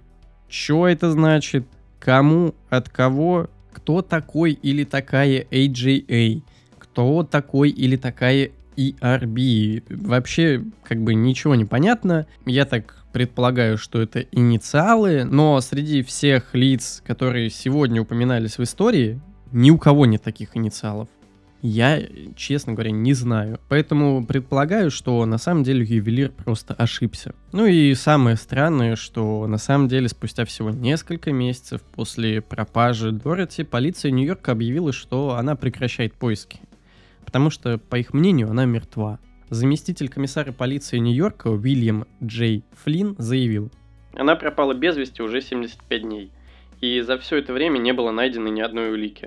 Что это значит? Кому? От кого? Кто такой или такая эй джей эй? Кто такой или такая и ар би? Вообще, как бы ничего не понятно. Я так предполагаю, что это инициалы, но среди всех лиц, которые сегодня упоминались в истории, ни у кого нет таких инициалов. Я, честно говоря, не знаю. Поэтому предполагаю, что на самом деле ювелир просто ошибся. Ну и самое странное, что на самом деле спустя всего несколько месяцев после пропажи Дороти полиция Нью-Йорка объявила, что она прекращает поиски. Потому что, по их мнению, она мертва. Заместитель комиссара полиции Нью-Йорка Уильям Джей Флинн заявил: «Она пропала без вести уже семьдесят пять дней, и за все это время не было найдено ни одной улики.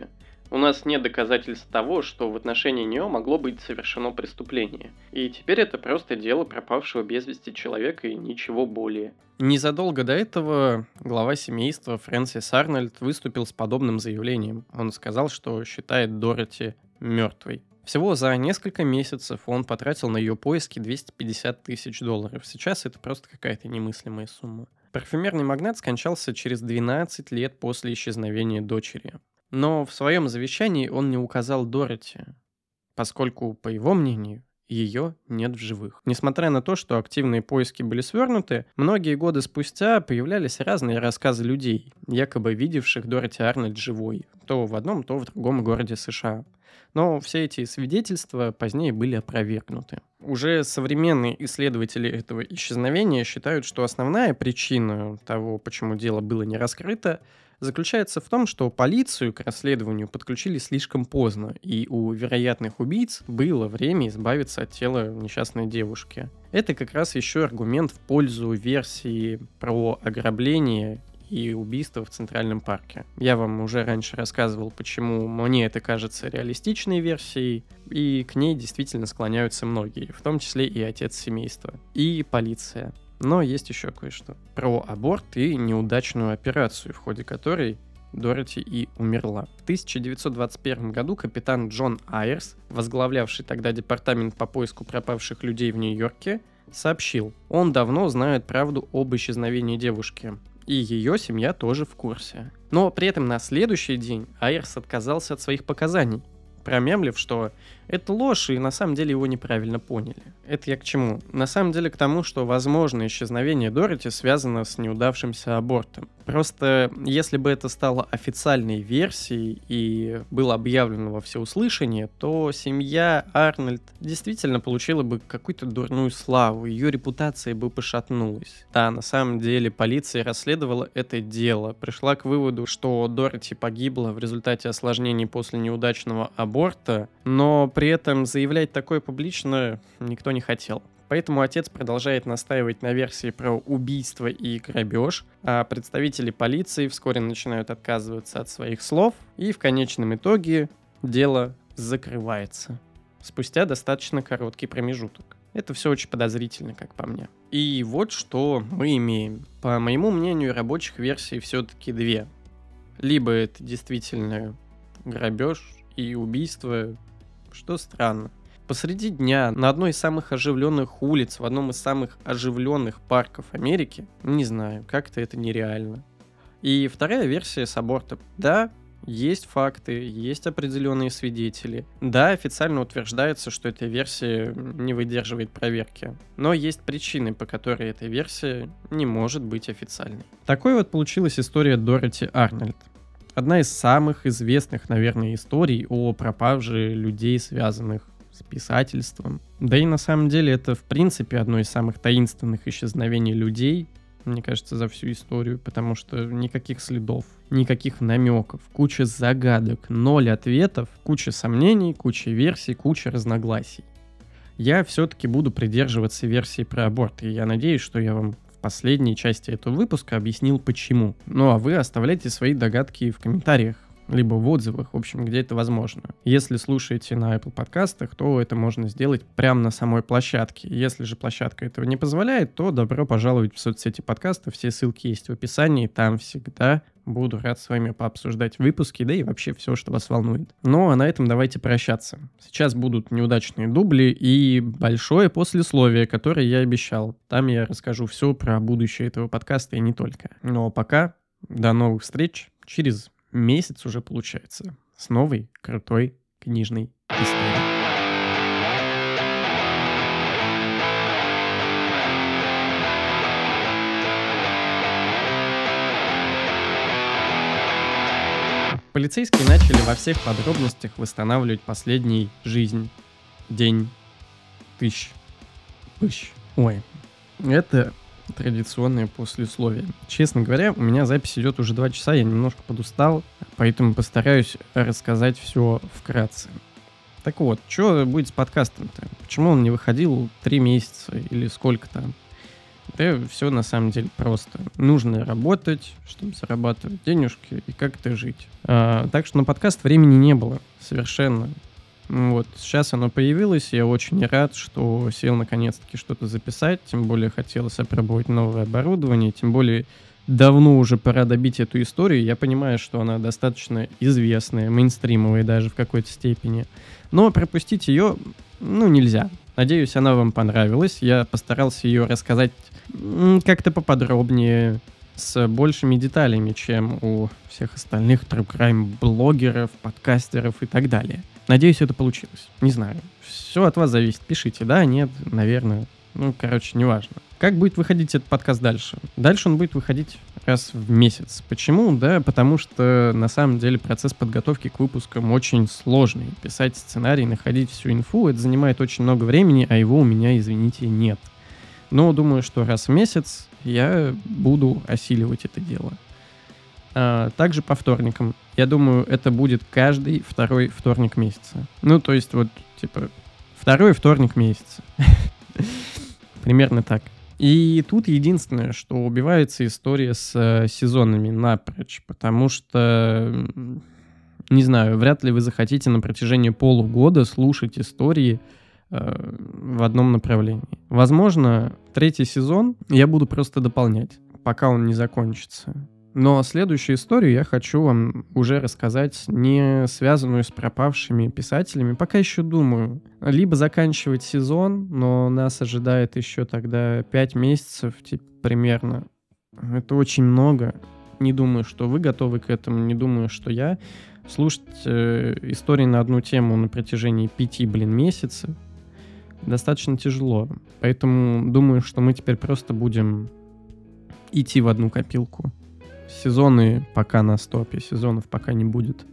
У нас нет доказательств того, что в отношении нее могло быть совершено преступление. И теперь это просто дело пропавшего без вести человека и ничего более. Незадолго до этого глава семейства Фрэнсис Арнольд выступил с подобным заявлением. Он сказал, что считает Дороти мертвой. Всего за несколько месяцев он потратил на ее поиски двести пятьдесят тысяч долларов. Сейчас это просто какая-то немыслимая сумма. Парфюмерный магнат скончался через двенадцать лет после исчезновения дочери. Но в своем завещании он не указал Дороти, поскольку, по его мнению, ее нет в живых. Несмотря на то, что активные поиски были свернуты, многие годы спустя появлялись разные рассказы людей, якобы видевших Дороти Арнольд живой, то в одном, то в другом городе США. Но все эти свидетельства позднее были опровергнуты. Уже современные исследователи этого исчезновения считают, что основная причина того, почему дело было не раскрыто, заключается в том, что полицию к расследованию подключили слишком поздно, и у вероятных убийц было время избавиться от тела несчастной девушки. Это как раз еще аргумент в пользу версии про ограбление и убийство в Центральном парке. Я вам уже раньше рассказывал, почему мне это кажется реалистичной версией, и к ней действительно склоняются многие, в том числе и отец семейства, и полиция. Но есть еще кое-что. Про аборт и неудачную операцию, в ходе которой Дороти и умерла. В тысяча девятьсот двадцать первом году капитан Джон Айрс, возглавлявший тогда департамент по поиску пропавших людей в Нью-Йорке, сообщил, он давно знает правду об исчезновении девушки. И ее семья тоже в курсе. Но при этом на следующий день Айрс отказался от своих показаний, промямлив, что это ложь, и на самом деле его неправильно поняли. Это я к чему? На самом деле к тому, что возможное исчезновение Дороти связано с неудавшимся абортом. Просто если бы это стало официальной версией и было объявлено во всеуслышание, то семья Арнольд действительно получила бы какую-то дурную славу, ее репутация бы пошатнулась. Да, на самом деле полиция расследовала это дело, пришла к выводу, что Дороти погибла в результате осложнений после неудачного аборта, но при этом заявлять такое публично никто не хотел. Поэтому отец продолжает настаивать на версии про убийство и грабеж, а представители полиции вскоре начинают отказываться от своих слов, и в конечном итоге дело закрывается. Спустя достаточно короткий промежуток. Это все очень подозрительно, как по мне. И вот что мы имеем. По моему мнению, рабочих версий все-таки две. Либо это действительно грабеж и убийство, что странно. Посреди дня на одной из самых оживленных улиц, в одном из самых оживленных парков Америки, не знаю, как-то это нереально. И вторая версия с абортом. Да, есть факты, есть определенные свидетели. Да, официально утверждается, что эта версия не выдерживает проверки. Но есть причины, по которой эта версия не может быть официальной. Такой вот получилась история Дороти Арнольд. Одна из самых известных, наверное, историй о пропаже людей, связанных с писательством. Да и на самом деле это, в принципе, одно из самых таинственных исчезновений людей, мне кажется, за всю историю, потому что никаких следов, никаких намеков, куча загадок, ноль ответов, куча сомнений, куча версий, куча разногласий. Я все-таки буду придерживаться версии про аборт, и я надеюсь, что я вам в последней части этого выпуска объяснил почему. Ну а вы оставляйте свои догадки в комментариях, либо в отзывах, в общем, где это возможно. Если слушаете на Apple подкастах, то это можно сделать прямо на самой площадке. Если же площадка этого не позволяет, то добро пожаловать в соцсети подкаста. Все ссылки есть в описании, там всегда буду рад с вами пообсуждать выпуски, да и вообще все, что вас волнует. Ну а на этом давайте прощаться. Сейчас будут неудачные дубли и большое послесловие, которое я обещал. Там я расскажу все про будущее этого подкаста и не только. Но пока, до новых встреч через месяц уже получается, с новой крутой книжной историей. Полицейские начали во всех подробностях восстанавливать последний жизнь, день, тысяч, тысяч. Ой, это традиционное послесловие. Честно говоря, у меня запись идет уже два часа, я немножко подустал, поэтому постараюсь рассказать все вкратце. Так вот, что будет с подкастом-то? Почему он не выходил три месяца или сколько там? Да все на самом деле просто. Нужно работать, чтобы зарабатывать денежки и как-то жить. А, так что на подкаст времени не было совершенно. Вот, сейчас оно появилось, я очень рад, что сел наконец-таки что-то записать, тем более хотелось опробовать новое оборудование, тем более давно уже пора добить эту историю, я понимаю, что она достаточно известная, мейнстримовая даже в какой-то степени, но пропустить ее, ну, нельзя. Надеюсь, она вам понравилась, я постарался ее рассказать как-то поподробнее, с большими деталями, чем у всех остальных true crime блогеров, подкастеров и так далее. Надеюсь, это получилось. Не знаю. Все от вас зависит. Пишите, да, нет, наверное. Ну, короче, неважно. Как будет выходить этот подкаст дальше? Дальше он будет выходить раз в месяц. Почему? Да, потому что на самом деле процесс подготовки к выпускам очень сложный. Писать сценарий, находить всю инфу, это занимает очень много времени, а его у меня, извините, нет. Но думаю, что раз в месяц я буду осиливать это дело. А, также по вторникам. Я думаю, это будет каждый второй вторник месяца. Ну, то есть вот, типа, второй вторник месяца. Примерно так. И тут единственное, что убивается история с э, сезонами напрочь, потому что, не знаю, вряд ли вы захотите на протяжении полугода слушать истории э, в одном направлении. Возможно, третий сезон я буду просто дополнять, пока он не закончится. Но следующую историю я хочу вам уже рассказать, не связанную с пропавшими писателями. Пока еще думаю. Либо заканчивать сезон, но нас ожидает еще тогда пять месяцев, типа, примерно. Это очень много. Не думаю, что вы готовы к этому, не думаю, что я. Слушать э, истории на одну тему на протяжении пяти, блин, месяцев достаточно тяжело. Поэтому думаю, что мы теперь просто будем идти в одну копилку. Сезоны пока на стопе, сезонов пока не будет.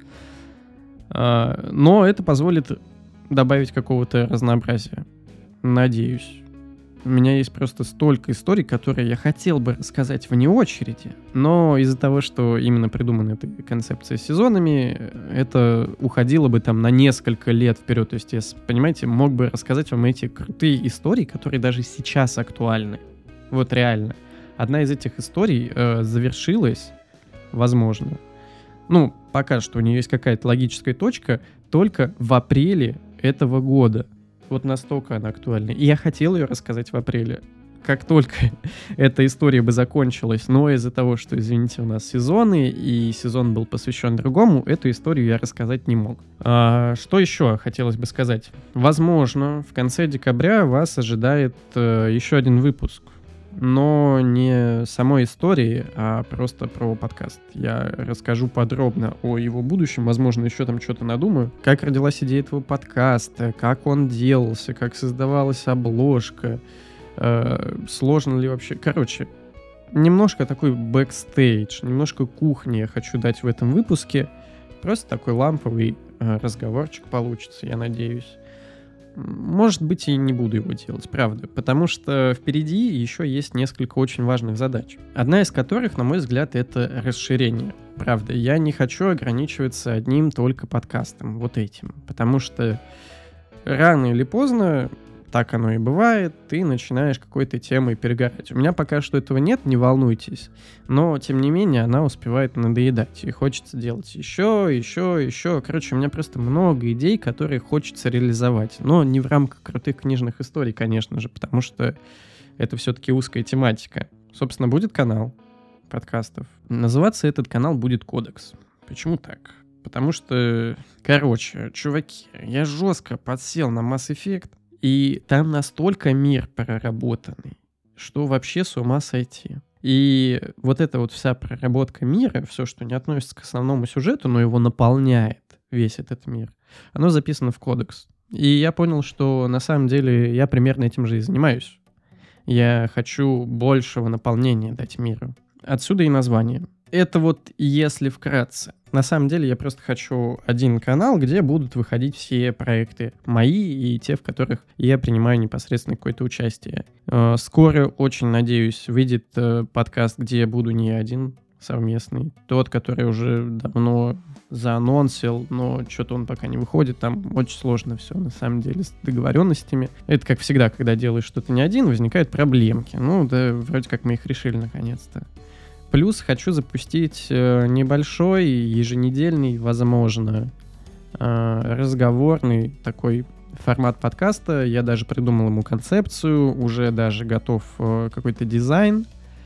А, но это позволит добавить какого-то разнообразия. Надеюсь. У меня есть просто столько историй, которые я хотел бы рассказать вне очереди, но из-за того, что именно придумана эта концепция с сезонами, это уходило бы там на несколько лет вперед. То есть я, понимаете, мог бы рассказать вам эти крутые истории, которые даже сейчас актуальны. Вот реально. Одна из этих историй э, завершилась, возможно, ну, пока что у нее есть какая-то логическая точка, только в апреле этого года. Вот настолько она актуальна. И я хотел ее рассказать в апреле. Как только эта история бы закончилась, но из-за того, что, извините, у нас сезоны, и сезон был посвящен другому, эту историю я рассказать не мог. А, что еще хотелось бы сказать? Возможно, в конце декабря вас ожидает э, еще один выпуск. Но не самой истории, а просто про подкаст. Я расскажу подробно о его будущем, возможно, еще там что-то надумаю. Как родилась идея этого подкаста, как он делался, как создавалась обложка, э, сложно ли вообще... Короче, немножко такой бэкстейдж, немножко кухни я хочу дать в этом выпуске. Просто такой ламповый э, разговорчик получится, я надеюсь. Может быть, и не буду его делать, правда, потому что впереди еще есть несколько очень важных задач. Одна из которых, на мой взгляд, это расширение. Правда, я не хочу ограничиваться одним только подкастом, вот этим, потому что рано или поздно, так оно и бывает, ты начинаешь какой-то темой перегорать. У меня пока что этого нет, не волнуйтесь, но, тем не менее, она успевает надоедать, и хочется делать еще, еще, еще. Короче, у меня просто много идей, которые хочется реализовать, но не в рамках крутых книжных историй, конечно же, потому что это все-таки узкая тематика. Собственно, будет канал подкастов. Называться этот канал будет «Кодекс». Почему так? Потому что, короче, чуваки, я жестко подсел на Mass Effect, и там настолько мир проработанный, что вообще с ума сойти. И вот эта вот вся проработка мира, все, что не относится к основному сюжету, но его наполняет весь этот мир, оно записано в кодекс. И я понял, что на самом деле я примерно этим же и занимаюсь. Я хочу большего наполнения дать миру. Отсюда и название. Это вот если вкратце. На самом деле я просто хочу один канал, где будут выходить все проекты мои и те, в которых я принимаю непосредственно какое-то участие. Скоро, очень надеюсь, выйдет подкаст, где я буду не один. совместный. Тот, который уже давно заанонсил, но что-то он пока не выходит. Там очень сложно все, на самом деле, с договоренностями. Это, как всегда, когда делаешь что-то не один, возникают проблемки. Ну, да, вроде как мы их решили наконец-то. Плюс хочу запустить э, небольшой, еженедельный, возможно, э, разговорный такой формат подкаста. Я даже придумал ему концепцию, уже даже готов э, какой-то дизайн.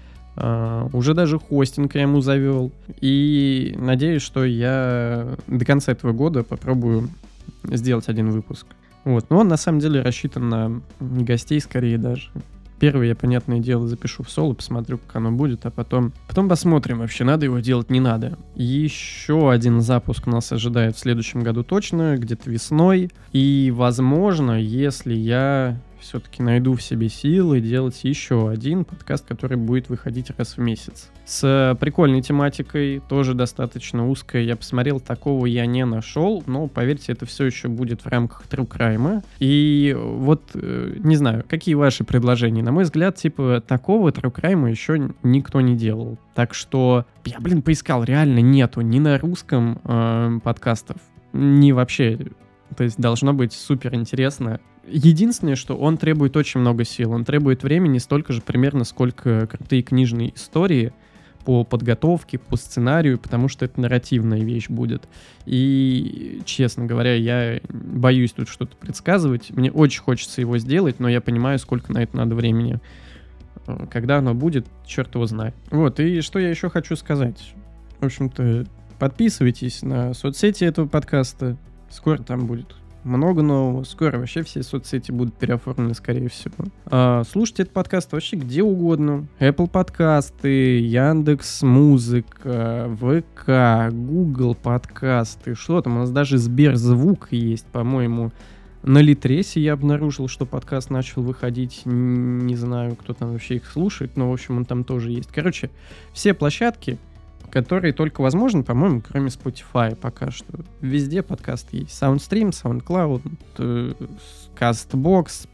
Uh, уже даже хостинг я ему завел. И надеюсь, что я до конца этого года попробую сделать один выпуск. Вот. Но он на самом деле рассчитан на гостей скорее даже. Первый я, понятное дело, запишу в соло, посмотрю, как оно будет, а потом... Потом посмотрим, вообще надо его делать, не надо. Еще один запуск нас ожидает в следующем году точно, где-то весной. И, возможно, если я все-таки найду в себе силы делать еще один подкаст, который будет выходить раз в месяц. С прикольной тематикой, тоже достаточно узкой. Я посмотрел, такого я не нашел, но, поверьте, это все еще будет в рамках True Crime. И вот, не знаю, какие ваши предложения? На мой взгляд, типа, такого True Crime еще никто не делал. Так что я, блин, поискал, реально нету ни на русском э, подкастов, ни вообще. То есть должно быть супер интересно. Единственное, что он требует очень много сил. Он требует времени столько же примерно, сколько крутые книжные истории по подготовке, по сценарию, потому что это нарративная вещь будет. И, честно говоря, я боюсь тут что-то предсказывать. Мне очень хочется его сделать, но я понимаю, сколько на это надо времени. Когда оно будет, черт его знает. Вот, и что я еще хочу сказать. В общем-то, подписывайтесь на соцсети этого подкаста. Скоро там будет много нового. Скоро вообще все соцсети будут переоформлены, скорее всего. А, слушайте этот подкаст вообще где угодно. Apple подкасты, Яндекс.Музыка, ВК, Google подкасты. Что там? У нас даже Сберзвук есть, по-моему. На Литресе я обнаружил, что подкаст начал выходить. Не знаю, кто там вообще их слушает, но, в общем, он там тоже есть. Короче, все площадки, которые только возможны, по-моему, кроме Spotify пока что. Везде подкаст есть. Soundstream, SoundCloud, э, CastBox,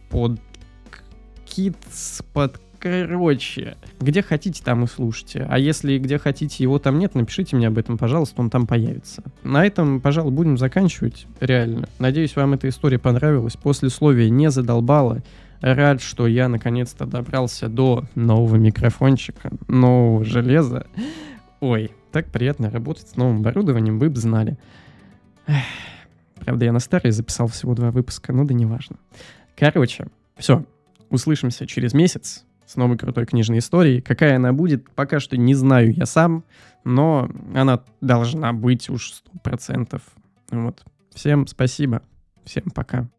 PodKids, под... Короче, где хотите, там и слушайте. А если где хотите, его там нет, напишите мне об этом, пожалуйста, он там появится. На этом, пожалуй, будем заканчивать. Реально. Надеюсь, вам эта история понравилась. Послесловие не задолбало. Рад, что я наконец-то добрался до нового микрофончика, нового железа. Ой, так приятно работать с новым оборудованием, вы бы знали. Эх, правда, я на старый записал всего два выпуска, но да неважно. Короче, все, услышимся через месяц с новой крутой книжной историей. Какая она будет, пока что не знаю я сам, но она должна быть уж сто процентов. Вот. Всем спасибо, всем пока.